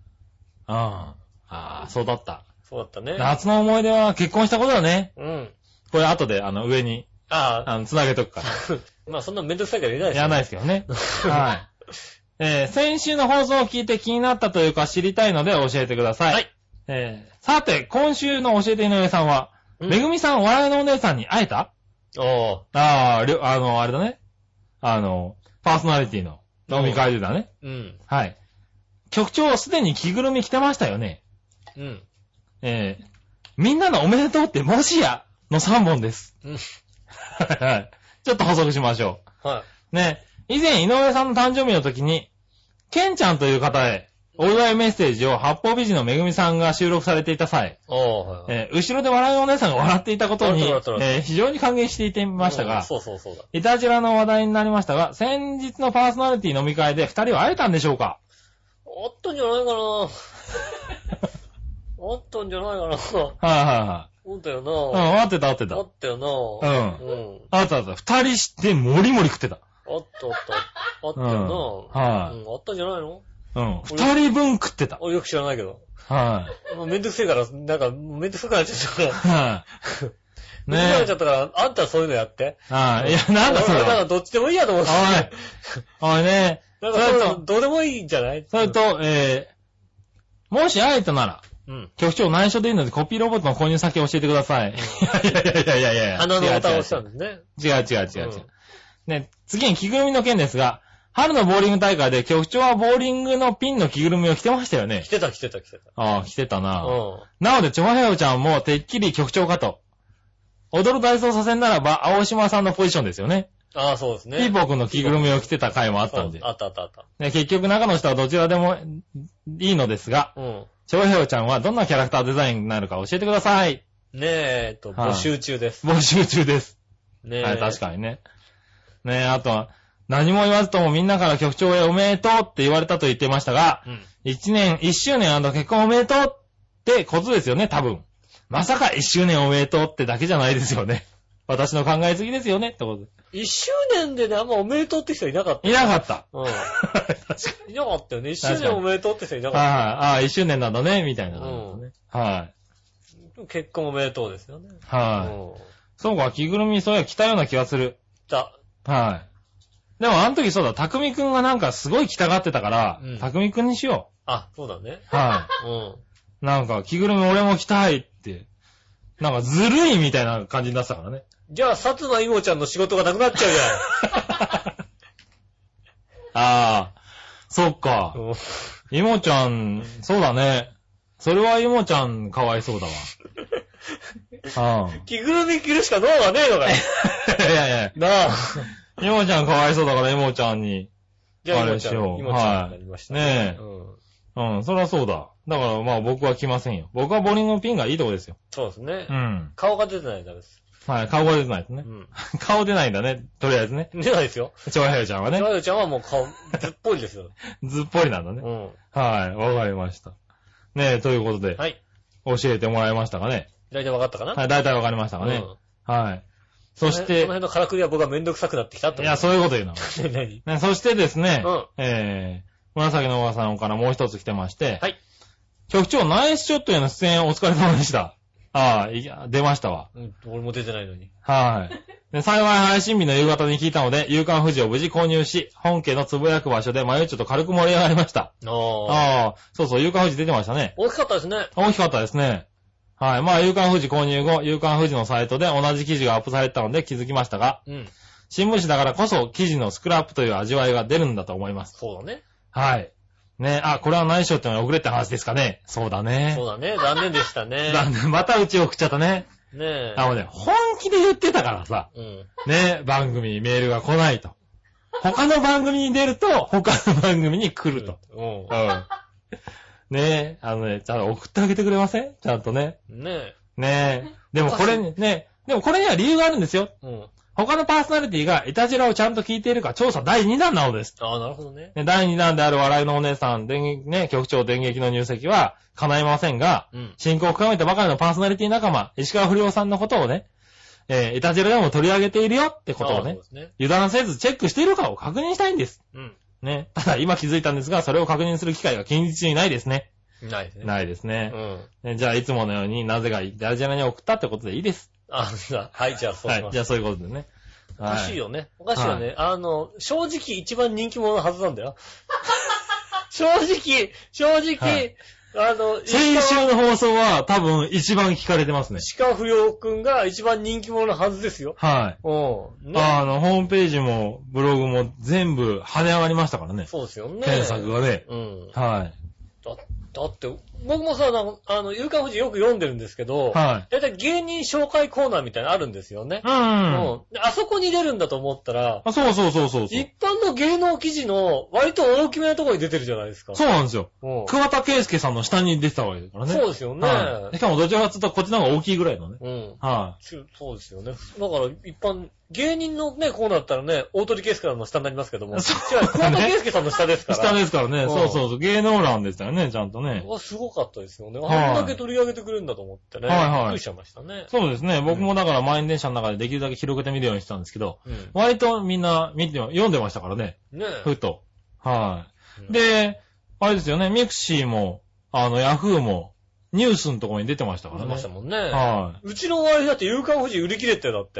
そうだった。 そうだったね。 夏の思い出は結婚したことだね。これ後で、上に、つなげとくから。 まあ、そんなめんどくさいから言えないですよ。 やらないですけどね。はい。 先週の放送を聞いて気になったというか知りたいので教えてください。はい。さて、今週の教えて井上さんは、めぐみさん、笑いのお姉さんに会えた？あれだね。パーソナリティの飲み会でだね。うん。はい。局長すでに着ぐるみ着てましたよね。うん。みんなのおめでとうってもしやの3本です。うん。はい。ちょっと補足しましょう。はい。ね。以前、井上さんの誕生日の時に、ケンちゃんという方へ、お祝いメッセージを八方美人のめぐみさんが収録されていた際、はい後ろで笑いのお姉さんが笑っていたことに、非常に歓迎していてみましたが、そうだ。いたじらの話題になりましたが、先日のパーソナリティ飲み会で二人は会えたんでしょうか？ あったんじゃないかなあったんじゃないかなはいはい。 そうだよな会ってた。あったよなあった。二人してもりもり食ってた。 あったよなはい。あったんじゃないの二人分食ってた。 俺よく知らないけど。 はい。 もうめんどくせえから、なんか、めんどくさくなっちゃったから。はい。めんどくさくなっちゃったから、あんたはそういうのやって。 はい。いや、なんだそれ。 なんかどっちでもいいやと思って。 おいね。 なんかそういうの、どうでもいいんじゃない？ それと、もし会えたなら、局長内緒でいいのでコピーロボットの購入先を教えてください。いや。 鼻のボタンを押したんですね。 違う。ね、次に着ぐるみの件ですが、春のボーリング大会で局長はボーリングのピンの着ぐるみを着てましたよね。 着てた。 ああ、着てたな。なので、チョハヘヨちゃんもてっきり局長かと。踊る大捜査線ならば、青島さんのポジションですよね。 ああ、そうですね。 ピーポー君の着ぐるみを着てた回もあったんで。 あった。 ね、結局中の人はどちらでもいいのですが、チョハヘヨちゃんはどんなキャラクターデザインになるか教えてください。 ね募集中です。 募集中です。 ねはい、確かにね。ねあとは、何も言わずともみんなから局長へおめでとうって言われたと言ってましたが、1周年&結婚おめでとうってことですよね、多分。まさか1周年おめでとうってだけじゃないですよね。私の考えすぎですよねってことで。 1周年でね、あんまおめでとうって人いなかった。 いなかった。 確かに。いなかったよね。1周年おめでとうって人いなかった。 はい。1周年なんだね、みたいな感じですね。はい。 結婚おめでとうですよね。 はい。そうか、着ぐるみそういや着たような気がする。はい。でもあの時そうだ、たくみくんがなんかすごい着たがってたから、たくみくんにしよう。あ、そうだね。 はい。なんか着ぐるみ俺も着たいって、なんかずるいみたいな感じになってたからね。 じゃあ、薩摩いもちゃんの仕事がなくなっちゃうじゃん。 ああ、そっか。いもちゃん、そうだね。それはいもちゃんかわいそうだわ。 着ぐるみ着るしか脳がねえのかよ。 いや。なあ。いもちゃんかわいそうだから、いもちゃんに。 じゃあ、いもちゃんになりましたね。 ねえ。そりゃそうだ。だからまあ僕は来ませんよ。僕はボーリングピンがいいとこですよ。 そうですね。顔が出てないんだです。 はい、顔が出てないですね。顔出ないんだね。とりあえずね。 出ないですよ。 ちょわへよちゃんはね。 ちょわへよちゃんはもう顔、ずっぽりですよ。 ずっぽりなんだね。はい、わかりました。ねえ、ということで。はい。教えてもらいましたかね。 大体わかったかな？ はい、大体わかりましたかね。はい。そして、 この辺のからくりは僕はめんどくさくなってきたって。 いや、そういうこと言うの。 何？ そしてですね、紫のおばさんからもう一つ来てまして、はい。局長、ナイスショットへの出演お疲れ様でした。ああ、いや、出ましたわ。 俺も出てないのに。 はい。で、幸い配信日の夕方に聞いたので、夕刊富士を無事購入し、本家のつぶやく場所でマユッチョと軽く盛り上がりました。ああ、そう、夕刊富士出てましたね。 大きかったですね。 大きかったですね。はい。まあ、夕刊富士購入後、夕刊富士のサイトで同じ記事がアップされてたので気づきましたが、新聞紙だからこそ記事のスクラップという味わいが出るんだと思います。 そうだね。 はい。ね、これは内緒ってのは遅れって話ですかね。そうだね。 そうだね。残念でしたね。 残念。またうち送っちゃったね。 ねえ。 本気で言ってたからさ。ね、番組にメールが来ないと。他の番組に出ると、他の番組に来ると。ねえ、ちゃんと送ってあげてくれません？ちゃんとね。 ねえ。ねえ。でもこれには理由があるんですよ。他のパーソナリティがイタジラをちゃんと聞いているか調査第2弾なのです。 ああ、なるほどね。 第2弾である笑いのお姉さん、局長電撃の入籍は叶いませんが、進行を深めたばかりのパーソナリティ仲間、石川不良さんのことをね、イタジラでも取り上げているよってことをね、油断せずチェックしているかを確認したいんです。ね。ただ今気づいたんですが、それを確認する機会が近日中にないですね。 ないですね。 ないですね。じゃあいつものようになぜかイタジラに送ったってことでいいです。 はい、じゃあそうします。 はい、じゃあそういうことでね。 おかしいよね。おかしいよね。正直一番人気者のはずなんだよ。正直、 先週の放送は多分一番聞かれてますね。 石川不良くんが一番人気者のはずですよ。 はい。ホームページもブログも全部跳ね上がりましたからね。 そうですよね。 検索がね。はい。 だって、僕もさ、夕刊フジよく読んでるんですけど、だいたい芸人紹介コーナーみたいなのあるんですよね。あそこに出るんだと思ったら、 そう。 一般の芸能記事の割と大きめなところに出てるじゃないですか。 そうなんですよ。桑田佳祐さんの下に出てたわけだからね。 そうですよね。 しかもどちらかというとこっちの方が大きいぐらいのね。 そうですよね。だから一般、芸人のね、コーナーだったらね、大鳥圭介さんの下になりますけども。違う、桑田佳祐さんの下ですから。 下ですからね。そう。芸能欄でしたよね、ちゃんとね。 すごかったですよね。あんだけ取り上げてくれるんだと思ってね。びっくりしちゃいましたね。 そうですね。僕もだから満員電車の中でできるだけ広げてみるようにしたんですけど、割とみんな読んでましたからね。ふと。で、あれですよね、ミクシーも、ヤフーも、ニュースのところに出てましたからね。 出ましたもんね。うちの周りだって夕刊フジ売り切れてだって。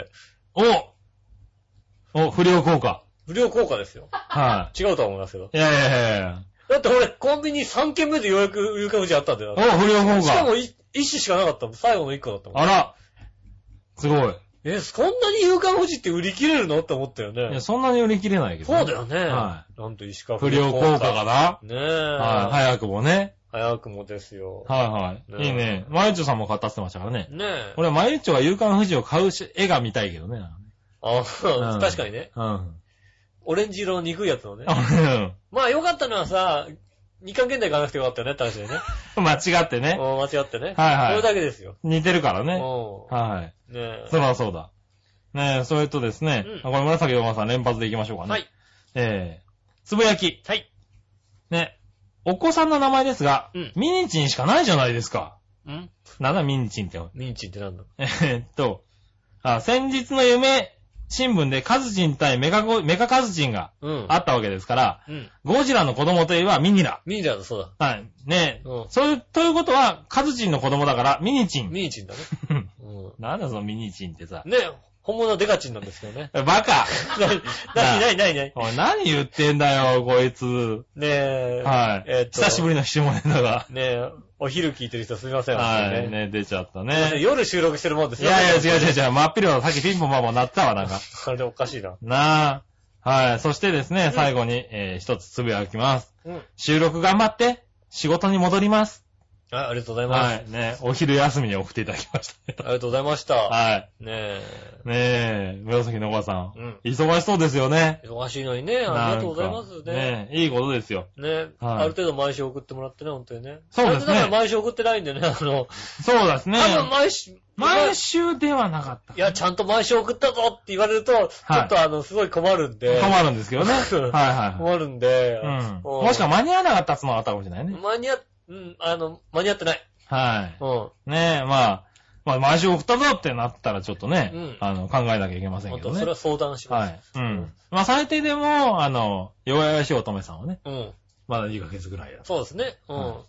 不良効果。 不良効果ですよ。違うとは思いますけど。 いや。 だって俺、コンビニ3軒目でようやく夕刊フジあったんだよ。 不良効果。 しかも一種しかなかったもん。最後の1個だったもん。 あら。すごい。 そんなに夕刊フジって売り切れるのって思ったよね。 いや、そんなに売り切れないけど。 そうだよね。なんと石川不良効果かな。 ねえ。 早くもね。 早くもですよ。 いいね。マユッチョさんも買ったってましたからね。俺はマユッチョが夕刊フジを買う絵が見たいけどね。 確かにね。オレンジ色の憎いやつのね。まあよかったのはさ、日韓現代買わなくてよかったよね、確かにね。 間違ってね。 間違ってね。 それだけですよ。 似てるからね。 ねそらそうだ。ねそれとですね、これ紫のおばさん連発でいきましょうかね。つぶやき。ね、お子さんの名前ですが、ミニチンしかないじゃないですか。なんだミニチンって。 ミニチンってなんだ先日の夢新聞でカズチン対メカカズチンがあったわけですから、ゴジラの子供といえばミニラ。 ミニラだ、そうだ。 ねということは、カズチンの子供だからミニチン。 ミニチンだね。 なんだそのミニチンってさ。 ね本物はデカチンなんですけどね。 バカ何おい、何言ってんだよ、こいつ。久しぶりの下ネタが。 お昼聞いてる人すみません。 出ちゃったね。 夜収録してるもんですよ。 いや、違う。真っ昼のさっきピンポンマンも鳴ったわ、なんか。 あれおかしいな。 そしてですね、最後に、一つつぶやきます。収録頑張って、仕事に戻ります。 ありがとうございます。 お昼休みに送っていただきました。 ありがとうございました。 紫のおばさん。忙しそうですよね。 忙しいのにね、ありがとうございますね。 いいことですよ。 ある程度毎週送ってもらってね、本当にね。 そうですね。 だから毎週送ってないんでね、 そうですね。 多分毎週ではなかった。 いや、ちゃんと毎週送ったぞって言われると、ちょっとすごい困るんで。 困るんですけどね。 困るんで。 もしくは間に合わなかったつもあったかもしれないね。 間に合ってない。 毎週送ったぞってなったらちょっとね、考えなきゃいけませんけどね。 それは相談します。 最低でも、弱々しい乙女さんはね、まだ2ヶ月ぐらいだ。 そうですね。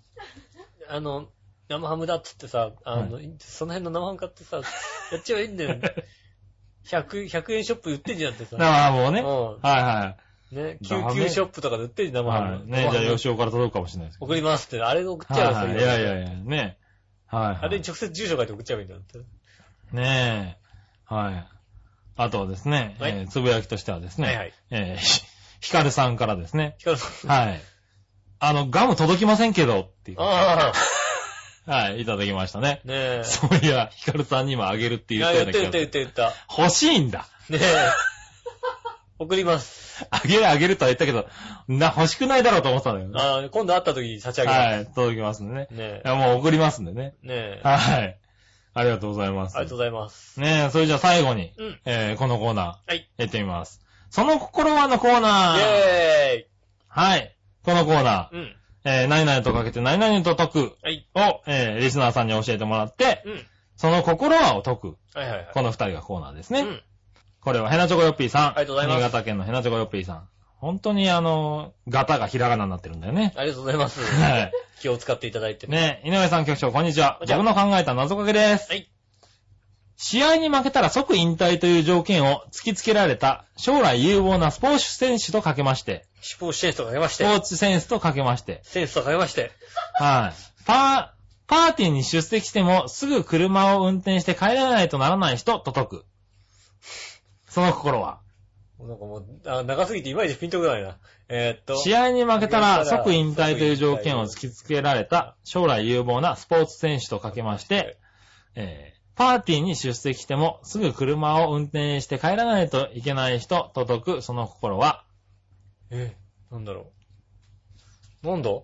生ハムだっつってさ、その辺の生ハム買ってさ、やっちゃえばいいんだよ。100円ショップ売ってんじゃんってさ。 生ハムをね。 ね、救急ショップとかで売ってる生ハム。 じゃあ吉尾から届くかもしれないですけど。 送りますって、あれ送っちゃうよ。 いや、ね。 あれに直接住所書いて送っちゃえばいいんだって。 ねえ。あとはですね、つぶやきとしてはですね、ヒカルさんからですね。 ヒカルさん。 ガム届きませんけど、っていう。いただきましたね。そういや、ヒカルさんにもあげるって言ったような気がする。 言った。 欲しいんだ。 送ります。 あげるとは言ったけど、欲しくないだろうと思ってたんだよね。 今度会った時に差し上げます。 届きますんでね。もう送りますんでね。ありがとうございます。 ありがとうございます。 それじゃあ最後に、このコーナー、やってみます。その心はのコーナー。 イェーイ。 このコーナー、何々とかけて何々と解くを、リスナーさんに教えてもらって、その心はを解く。この二人がコーナーですね。これはヘナチョコヨッピーさん。 ありがとうございます。 新潟県のヘナチョコヨッピーさん。本当にガタがひらがなになってるんだよね。 ありがとうございます。気を使っていただいてね。井上さん局長、こんにちは。僕の考えた謎かけです。 試合に負けたら即引退という条件を突きつけられた将来有望なスポーツ選手とかけまして。 スポーツ選手とかけまして。 スポーツ選手とかけまして。 選手とかけまして。 はい。パーティーに出席してもすぐ車を運転して帰らないとならない人と解く。その心は。 なんかもう、長すぎていまいちピンとこないな。 試合に負けたら即引退という条件を突きつけられた将来有望なスポーツ選手とかけまして、パーティーに出席してもすぐ車を運転して帰らないといけない人と解くその心は。 なんだろう。なんだ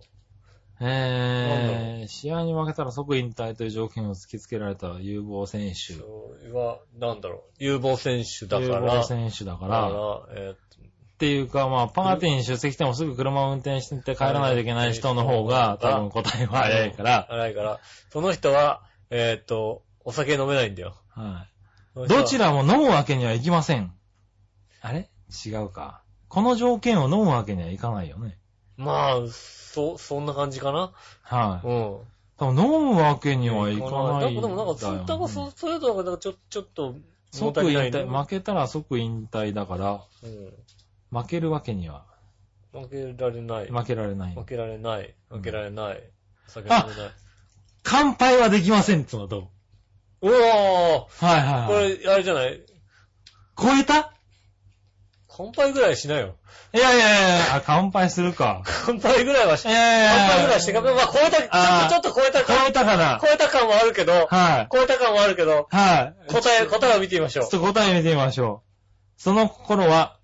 試合に負けたら即引退という条件を突きつけられた有望選手。 なんだろう。有望選手だから。 有望選手だから。っていうか、まあ、パーティーに出席してもすぐ車を運転して帰らないといけない人の方が、多分答えは早いから。 早いから。その人は、お酒飲めないんだよ。 はい。どちらも飲むわけにはいきません。あれ違うか。この条件を飲むわけにはいかないよね。 まあ、そんな感じかな。 はい。多分飲むわけにはいかないんだよ、ね。 でもなんか、それとなんかちょっと、 即引退、負けたら即引退だから、負けるわけには。 負けられない。 負けられない。乾杯はできませんってのと。 おー。 はい。 これ、あれじゃない？ 超えた？ 乾杯ぐらいしなよ。 いや、乾杯するか。 乾杯ぐらいは乾杯ぐらいしてか、まあ、超えた、ちょっと超えたか。 超えたかな。 超えた感はあるけど、 はい。 超えた感はあるけど、 はい。 答えを見てみましょう。 ちょっと答え見てみましょう。その心は、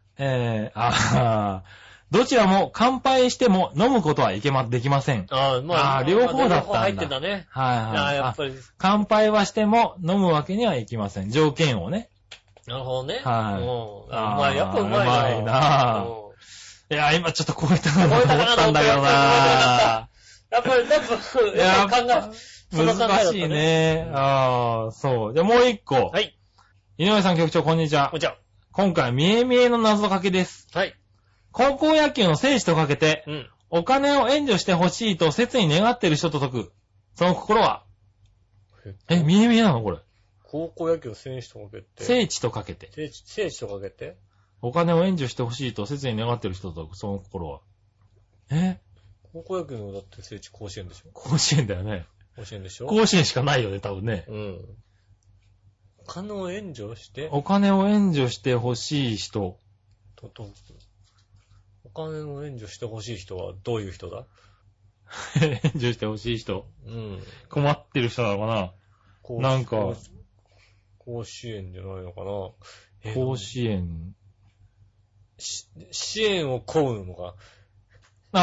どちらも乾杯しても飲むことはできません。両方だったんだ。両方入ってんだね。 はい。 やっぱり。 乾杯はしても飲むわけにはいきません。条件をね。 なるほどね。 はい。 やっぱうまいな。 いや、今ちょっと超えたかなと思ったんだけどな。やっぱり、 難しいね。そう。じゃあもう一個。 はい。 井上さん局長、こんにちは。 こんにちは。 今回、見え見えの謎かけです。 はい。 高校野球の選手とかけて、お金を援助してほしいと切に願っている人と解く。その心は？見え見えなのこれ。 高校野球の選手とかけて。 聖地とかけて。 聖地とかけて。 お金を援助してほしいと切に願っている人と解く。その心は。 高校野球のだって聖地甲子園でしょ？ 甲子園だよね。 甲子園でしょ？ 甲子園しかないよね、多分ね。 お金を援助してお金を援助してほしい人。 お金を援助してほしい人はどういう人だ？ 援助してほしい人。困ってる人なのかな？なんか。 甲子園じゃないのかな？ 甲子園。 支援を請うのか。 甲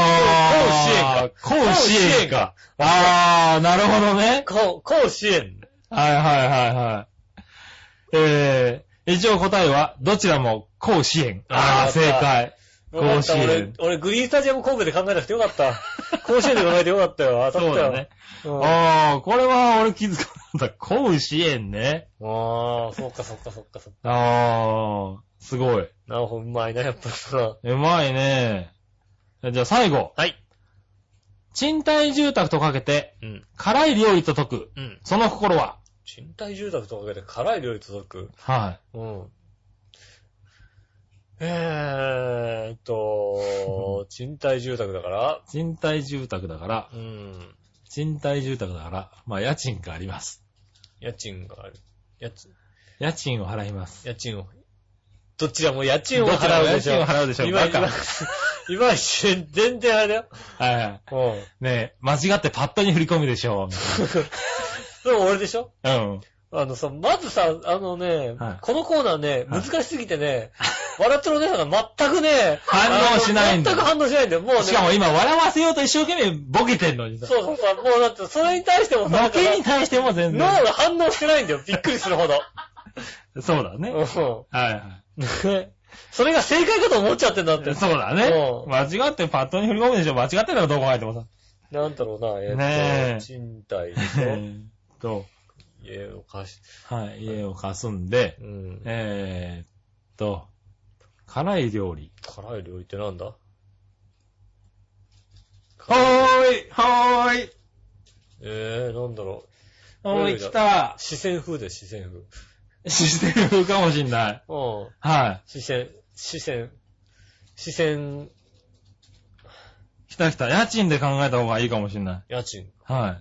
子園か。なるほどね。 甲子園。 はい。一応答えは、どちらも甲子園。正解。甲子園。 俺、グリーンスタジアム神戸で考えなくてよかった。甲子園で考えてよかったよ。当たったよ。 そうだね。これは俺気づかなかった。甲子園ね。 そうか。 すごい。 なるほど、うまいな、やっぱりさ。 うまいね。じゃあ最後。 はい。 賃貸住宅とかけて、辛い料理と解く。その心は？ 賃貸住宅とかけて辛い料理と解く。 はい。 賃貸住宅だから賃貸住宅だから。まあ、家賃があります。 家賃がある。 家賃を払います。 どちらも家賃を払うでしょ。 家賃を払うでしょ。 今一瞬、全然あれだよ。 はい。ねえ、間違ってパッドに振り込むでしょ。 それ俺でしょ？ まずさ、このコーナーね、難しすぎてね、笑ってるお姉さんが全くね、 反応しないんだ。 全く反応しないんだよ。もうね。 しかも今笑わせようと一生懸命ボケてんのにさ。 そう。もうだって、それに対してもさ、ボケに対しても全然。 脳が反応してないんだよ。びっくりするほど。 そうだね。はい。 それが正解かと思っちゃってんだって。 そうだね。間違ってパッドに振り込むでしょ。間違ってんだろ、どう考えてもさ。 なんだろうな、賃貸と、 家を貸す。 はい、家を貸すんで、辛い料理。 辛い料理ってなんだ？ はーい。 なんだろ来た。 四川風です、四川風。 四川風かもしんない。はい。 四川。 来た。家賃で考えた方がいいかもしんない。 家賃。 はい。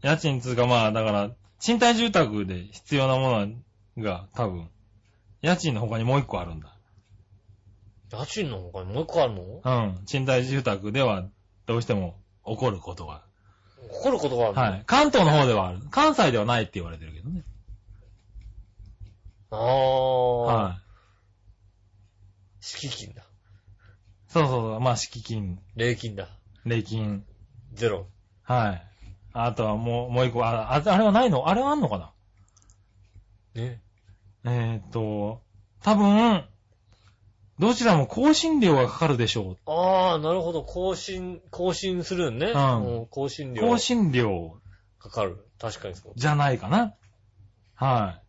家賃つうかまあ、だから、賃貸住宅で必要なものが多分、家賃の他にもう一個あるんだ。 家賃の他にもう一個あるの？ うん。賃貸住宅ではどうしても起こることが。 起こることがあるの？ はい。関東の方ではある。関西ではないって言われてるけどね。はい。 敷金だ。 そう。まあ、敷金。 礼金だ。 礼金。 ゼロ。 はい。あとはもう一個、あれはないの？あれはあんのかな？ ね。 多分、どちらも更新料がかかるでしょう。 ああ、なるほど。更新するんね。 うん。 更新料。 かかる。確かにそう。 じゃないかな。はい。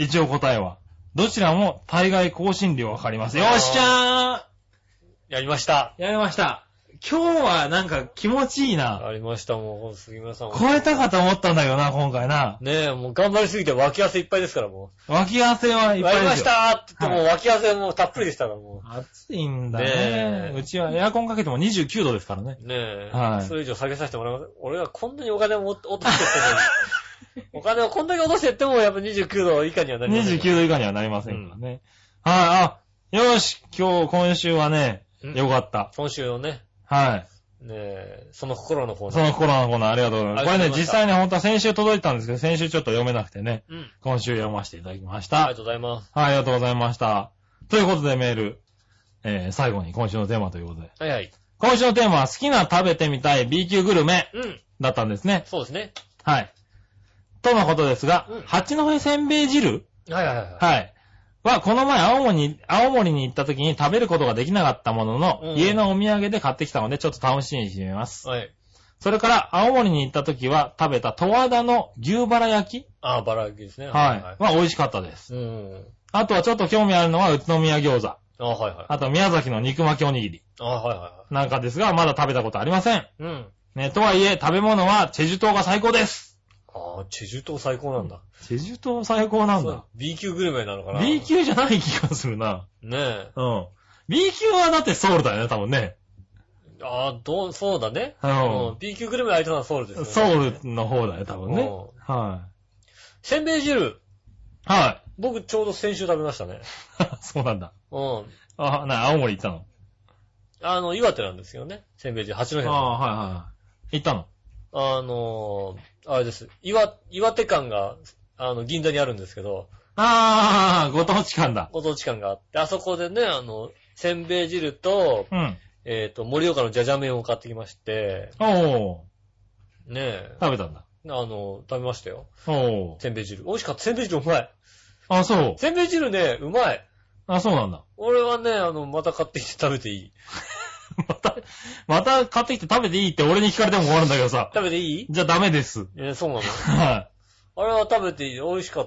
一応答えは。どちらも大概更新料がかかります。よっしゃー！ やりました。 今日はなんか気持ちいいな。 ありました、もう、杉村さん。 超えたかと思ったんだけどな、今回な。 ねえ、もう頑張りすぎて脇汗いっぱいですから、もう。脇汗はいっぱいですよ。 やりましたーって言っても、脇汗もたっぷりでしたから、もう。 暑いんだね。うちはエアコンかけても29度ですからね。 ねえ。 はい。 それ以上下げさせてもらいます。俺がこんなにお金を落としてっても、お金をこんだけ落としてっても、やっぱ29度以下にはなりません。 29度以下にはなりませんからね。はい、よし、今週はね、よかった。 今週のね。 はい。 ねえ、その心のコーナー。 その心のコーナーありがとうございます。これね、実際ね、本当は先週届いたんですけど、先週ちょっと読めなくてね。今週読ませていただきました。 ありがとうございます。 はい、ありがとうございました。ということでメール、最後に今週のテーマということで。 はいはい。 今週のテーマは好きな食べてみたい B 級グルメ。だったんですね。 そうですね。 はい。とのことですが、八戸せんべい汁はい。この前青森に行った時に食べることができなかったものの、家のお土産で買ってきたのでちょっと試しにしてみます。はい。それから青森に行った時は食べた十和田の牛バラ焼き。 バラ焼きですね。 はい。美味しかったです。あとはちょっと興味あるのは宇都宮餃子。あと宮崎の肉巻きおにぎり。なんかですが、まだ食べたことありません。ね、とはいえ食べ物はチェジュ島が最高です。 チェジュ島最高なんだ。 チェジュ島最高なんだ。 B 級グルメなのかな？ B 級じゃない気がするな。 ねえ。 B 級はだってソウルだよね、多分ね。 そうだね。B 級グルメ相手はソウルですよね。 ソウルの方だよ、多分ね。はい。 せんべい汁。 はい。 僕ちょうど先週食べましたね。 そうなんだ。青森行ったの？岩手なんですよね。せんべい汁。八戸。 行ったの？ あれです。岩手館が、銀座にあるんですけど。 ご当地館だ。 ご当地館があって、あそこでね、せんべい汁と、盛岡のじゃじゃ麺を買ってきまして。ねえ。 食べたんだ。 食べましたよ。せんべい汁。美味しかった。せんべい汁うまい。 そう。 せんべい汁ね、うまい。 そうなんだ。 俺はね、また買ってきて食べていい。 また買ってきて食べていいって俺に聞かれても困るんだけどさ。 食べていい？ じゃあダメです。 そうなの？はい。あれは食べていい。美味しかった。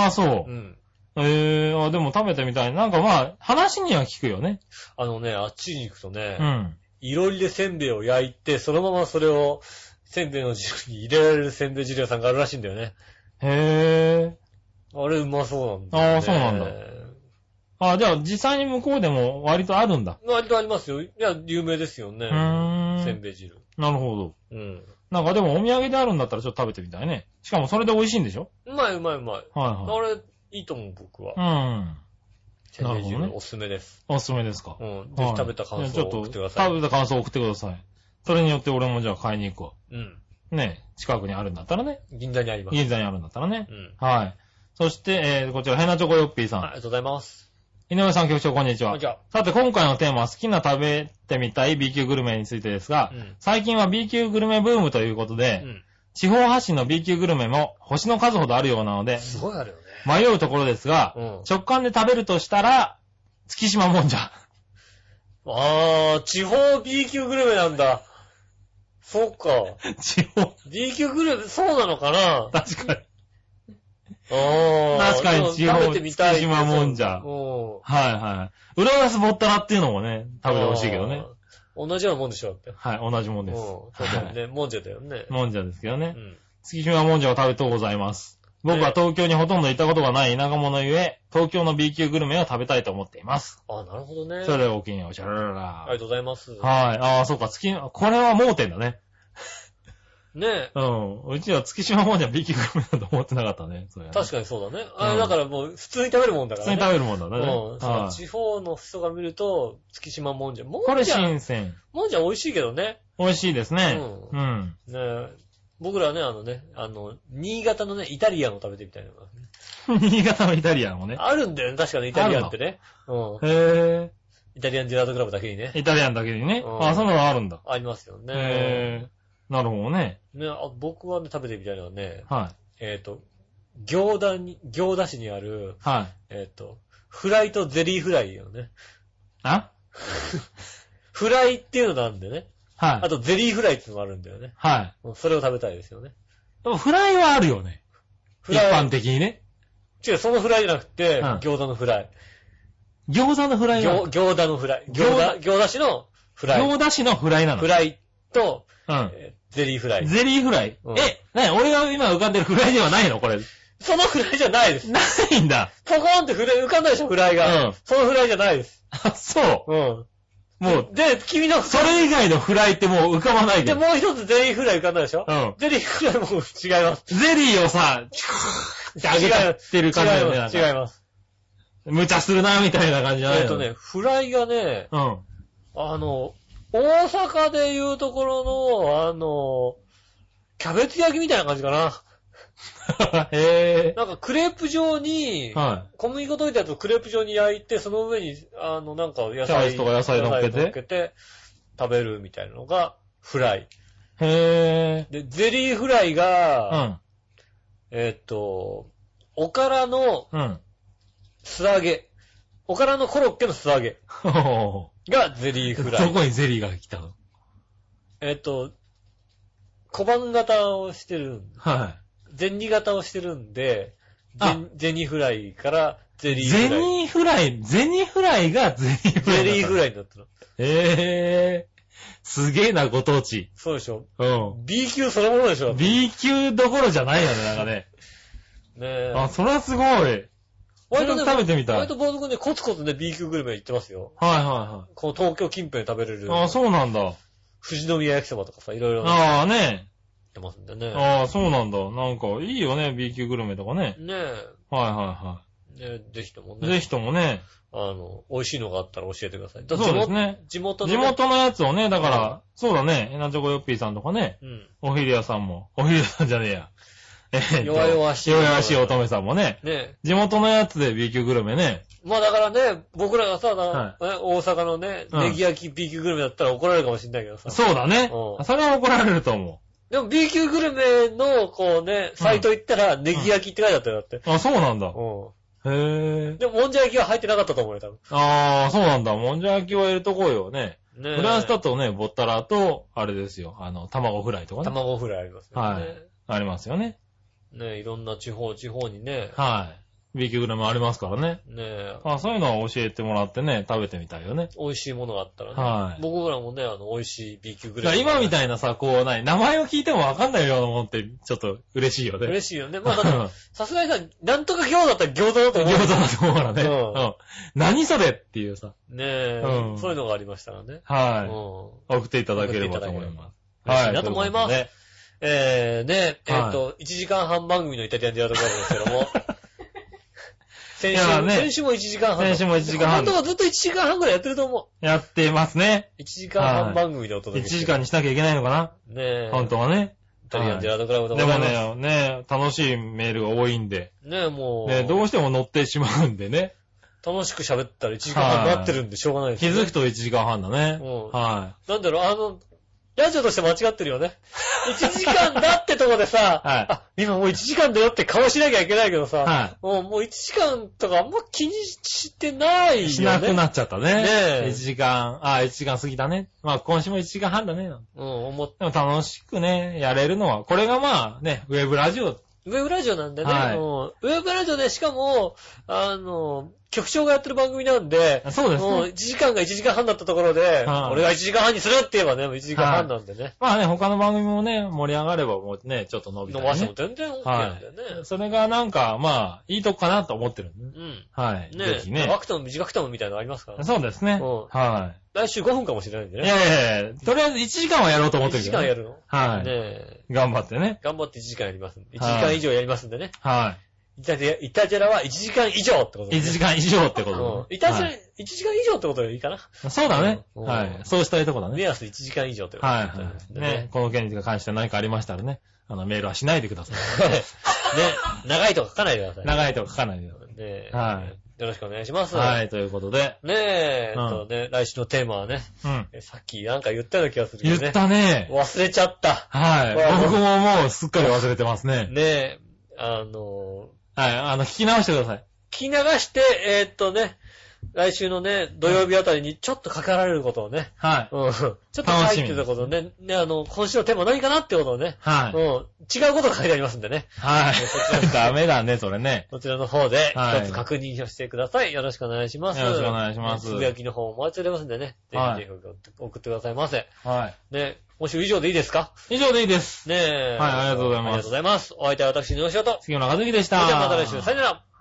そう。でも食べてみたい。なんか話には聞くよね。 あっちに行くとね、いろりでせんべいを焼いて、そのままそれをせんべいの汁に入れられるせんべい汁屋さんがあるらしいんだよね。あれうまそうなんだよね。 そうなんだ。じゃあ実際に向こうでも割とあるんだ。 割とありますよ。いや、有名ですよね。せんべい汁。 なるほど。なんかでもお土産であるんだったらちょっと食べてみたいね。しかもそれで美味しいんでしょ？ うまい。あれ、いいと思う、僕は。せんべい汁おすすめです。 おすすめですか？ ぜひ食べた感想を送ってください。 食べた感想を送ってください。それによって俺もじゃあ買いに行くわ。ね、近くにあるんだったらね。 銀座にあります。 銀座にあるんだったらね。はい。そして、こちら、ヘナチョコヨッピーさん。 ありがとうございます。 井上さん局長、こんにちは。さて、今回のテーマは好きな食べてみたい B 級グルメについてですが、最近は B 級グルメブームということで、地方発信の B 級グルメも星の数ほどあるようなので、 すごいあるよね。 迷うところですが、直感で食べるとしたら、月島もんじゃ。 地方 B 級グルメなんだ。そっか。 地方 B 級グルメ、そうなのかな？ 確かに。 確かに地方月島もんじゃ。浦安ぼったらっていうのもね、食べてほしいけどね。 同じようなもんでしょって。 はい、同じもんです。 そうだよね。もんじゃだよね。 もんじゃですけどね。 月島もんじゃを食べとうございます。僕は東京にほとんど行ったことがない田舎者ゆえ、東京の B 級グルメを食べたいと思っています。 あ、なるほどね。 それではお気に入りおしゃらら。 ありがとうございます。 はい。ああ、そうか、これは盲点だね。 ねえ。 うん。うちは月島もんじゃ B 級グルメだと思ってなかったね。 そうやね。確かにそうだね。あれだからもう普通に食べるもんだからね。 普通に食べるもんだね。 うん。地方の人が見ると、月島もんじゃ。 これ新鮮。 もんじゃ美味しいけどね。 美味しいですね。 うん。ねえ。僕らはね、新潟のね、イタリアンを食べてみたいな。 新潟のイタリアンをね。 あるんだよね、確かにイタリアンってね。うん。 へぇー。 イタリアンジェラートクラブだけにね。 イタリアンだけにね。あ、そんなのあるんだ。 ありますよね。 へぇー。なるほどね。 ね、僕はね、食べてみたいのはね。 はい。 行田市にある。 はい。 フライとゼリーフライよね。 あフライっていうのなんでね。 はい。 あとゼリーフライっていうのがあるんだよね。 はい。 それを食べたいですよね。 でもフライはあるよね。一般的にね。 違う、そのフライじゃなくて、餃子のフライ。 餃子のフライは餃子のフライ。餃子市のフライ。 餃子市のフライなの。 フライと、ゼリーフライ。 ゼリーフライ。俺が今浮かんでるフライではないのこれ。 そのフライじゃないです。 ないんだ。 ポコーンって浮かんだでしょ、フライが。そのフライじゃないです。 あ、そう。もう、 で、君の、 それ以外のフライってもう浮かばないで。で、もう一つゼリーフライ浮かんだでしょ。ゼリーフライも違います。 ゼリーをさ、ってあげちゃってる感じだよね。 違います。 無茶するな、みたいな感じじゃないの。 フライがね、大阪でいうところの、キャベツ焼きみたいな感じかな。 へぇー。 なんかクレープ状に、小麦粉溶いたやつをクレープ状に焼いて、その上に、なんか野菜とか野菜乗っけて食べるみたいなのが、フライ。 へぇー。で、ゼリーフライが、おからの、素揚げ。おからのコロッケの素揚げ。がゼリーフライ。 どこにゼリーが来たの？ 小判型をしてる。 はい。 ゼニ型をしてるんで、ゼニフライからゼリーフライ。 ゼニフライがゼリーフライ。 ゼリーフライになったの。 すげえな、ご当地。 そうでしょ。 うん。 B 級そのものでしょ。 B 級どころじゃないよね、なんかね。 ねえ。 あ、それはすごい。割と食べてみたい。 割とボード君ね、コツコツね、B 級グルメ行ってますよ。 はい。 この東京近辺で食べれる。 あ、そうなんだ。 富士宮焼きそばとかさ、いろいろ。 ああ、ね。 ってますんでね。 ああ、そうなんだ。なんか、いいよね、B 級グルメとかね。 ねえ。 はい。 ねぜひともね。 ぜひともね。 美味しいのがあったら教えてください。 そうですね。 地元のやつをね、だから、そうだね、エナチョコヨッピーさんとかね。おひり屋さんも。おひり屋さんじゃねえや。 弱々しい乙女さんもね。 ね。 地元のやつで B 級グルメね。 まあだからね、僕らがさ、大阪のね、ネギ焼き B 級グルメだったら怒られるかもしれないけどさ。 そうだね。それは怒られると思う。 でも B 級グルメの、こうね、サイト行ったら、ネギ焼きって書いてあったよ、だって。 あ、そうなんだ。へぇー。でも、もんじゃ焼きは入ってなかったと思うよ、多分。 ああ、そうなんだ。もんじゃ焼きは入れとこうよね。フランスだとね、ボッタラと、あれですよ。卵フライとかね。 卵フライありますよね。 はい。ありますよね。 ね、いろんな地方にね。 はい。B 級グルメありますからね。 ねえ。 そういうのは教えてもらってね、食べてみたいよね。 美味しいものがあったらね。 はい。 僕らもね、美味しい B 級グルメ。 今みたいなさ、こう、名前を聞いてもわかんないようなものって、ちょっと嬉しいよね。 嬉しいよね。まあ、だって、さすがにさ、なんとか餃子だったら餃子だと思う。 餃子だと思うからね。何それっていうさ。 ねえ。そういうのがありましたらね。 はい。送っていただければと思います。 はい。だと思います。1時間半番組のイタリアンディアドカルですけども。先週も1時間半。 先週も1時間半。 本当はずっと1時間半くらいやってると思う。 やってますね。 1時間半番組でお届けして。1時間にしなきゃいけないのかなねえ。 本当はね。 イタリアンディアドクラブとか。 でもね、楽しいメールが多いんで。 ねえ、もう。 ねどうしても乗ってしまうんでね。 楽しく喋ったら1時間半待ってるんでしょうがないですね。気づくと1時間半だね。 はい。なんだろう、ラジオとして間違ってるよね。1時間だってとこでさ、今もう1時間だよって顔しなきゃいけないけどさ、もう1時間とかあんま気にしてないよね。 しなくなっちゃったね。ねえ。1時間過ぎたね。まあ今週も1時間半だね。 思って。 でも楽しくね、やれるのは、これがまあね、ウェブラジオ。 ウェブラジオなんでね。ウェブラジオでしかも、 局長がやってる番組なんで、 そうですね。もう 1時間が1時間半だったところで、俺が1時間半にするって言えばね、1時間半なんでね。 まあね、他の番組もね、盛り上がればもうね、ちょっと伸びたりね。 伸ばしても全然 OK なんだよね。 それがなんか、まあ、いいとこかなと思ってるんで。はい。 ぜひね。長くても短くてもみたいなのありますからね。 そうですね。はい。 来週5分かもしれないんでね。 いやいやとりあえず1時間はやろうと思ってるけど。 1時間やるの？ はい。頑張ってね。 頑張って1時間やりますんで。1時間以上やりますんでね。 はい。 イタジェラは1時間以上ってことですね。1時間以上ってことイタジェラ1時間以上ってことでいいかな。 そうだね。はい。そうしたいとこだね。 目安1時間以上ってことですね。はい。ね。この件に関して何かありましたらね、メールはしないでください。 ね。長いとこ書かないでください。 長いとこ書かないでください。 ね。はい。よろしくお願いします。 はい、ということで。 ね来週のテーマはね。さっきなんか言ったような気がするけどね。 言ったね。 忘れちゃった。 はい。僕ももうすっかり忘れてますね。 ねはい、 聞き直してください。 聞き流して、来週のね、土曜日あたりにちょっとかかられることをね。 はい。 ちょっと書いてたことをね、今週のテーマ何かなってことをね。 はい。 違うことが書いてありますんでね。 はい。ダメだね、それね。 そちらの方で、一つ確認をしてください。よろしくお願いします。 よろしくお願いします。 つぶやきの方もお待ちしておりますんでね。ぜひ送ってくださいませ。 はい。 ね、今週以上でいいですか？ 以上でいいです。 ねえ。 はい、ありがとうございます。 ありがとうございます。お相手は私、井上翔と。 杉村和樹でした。 それではまた来週、さよなら。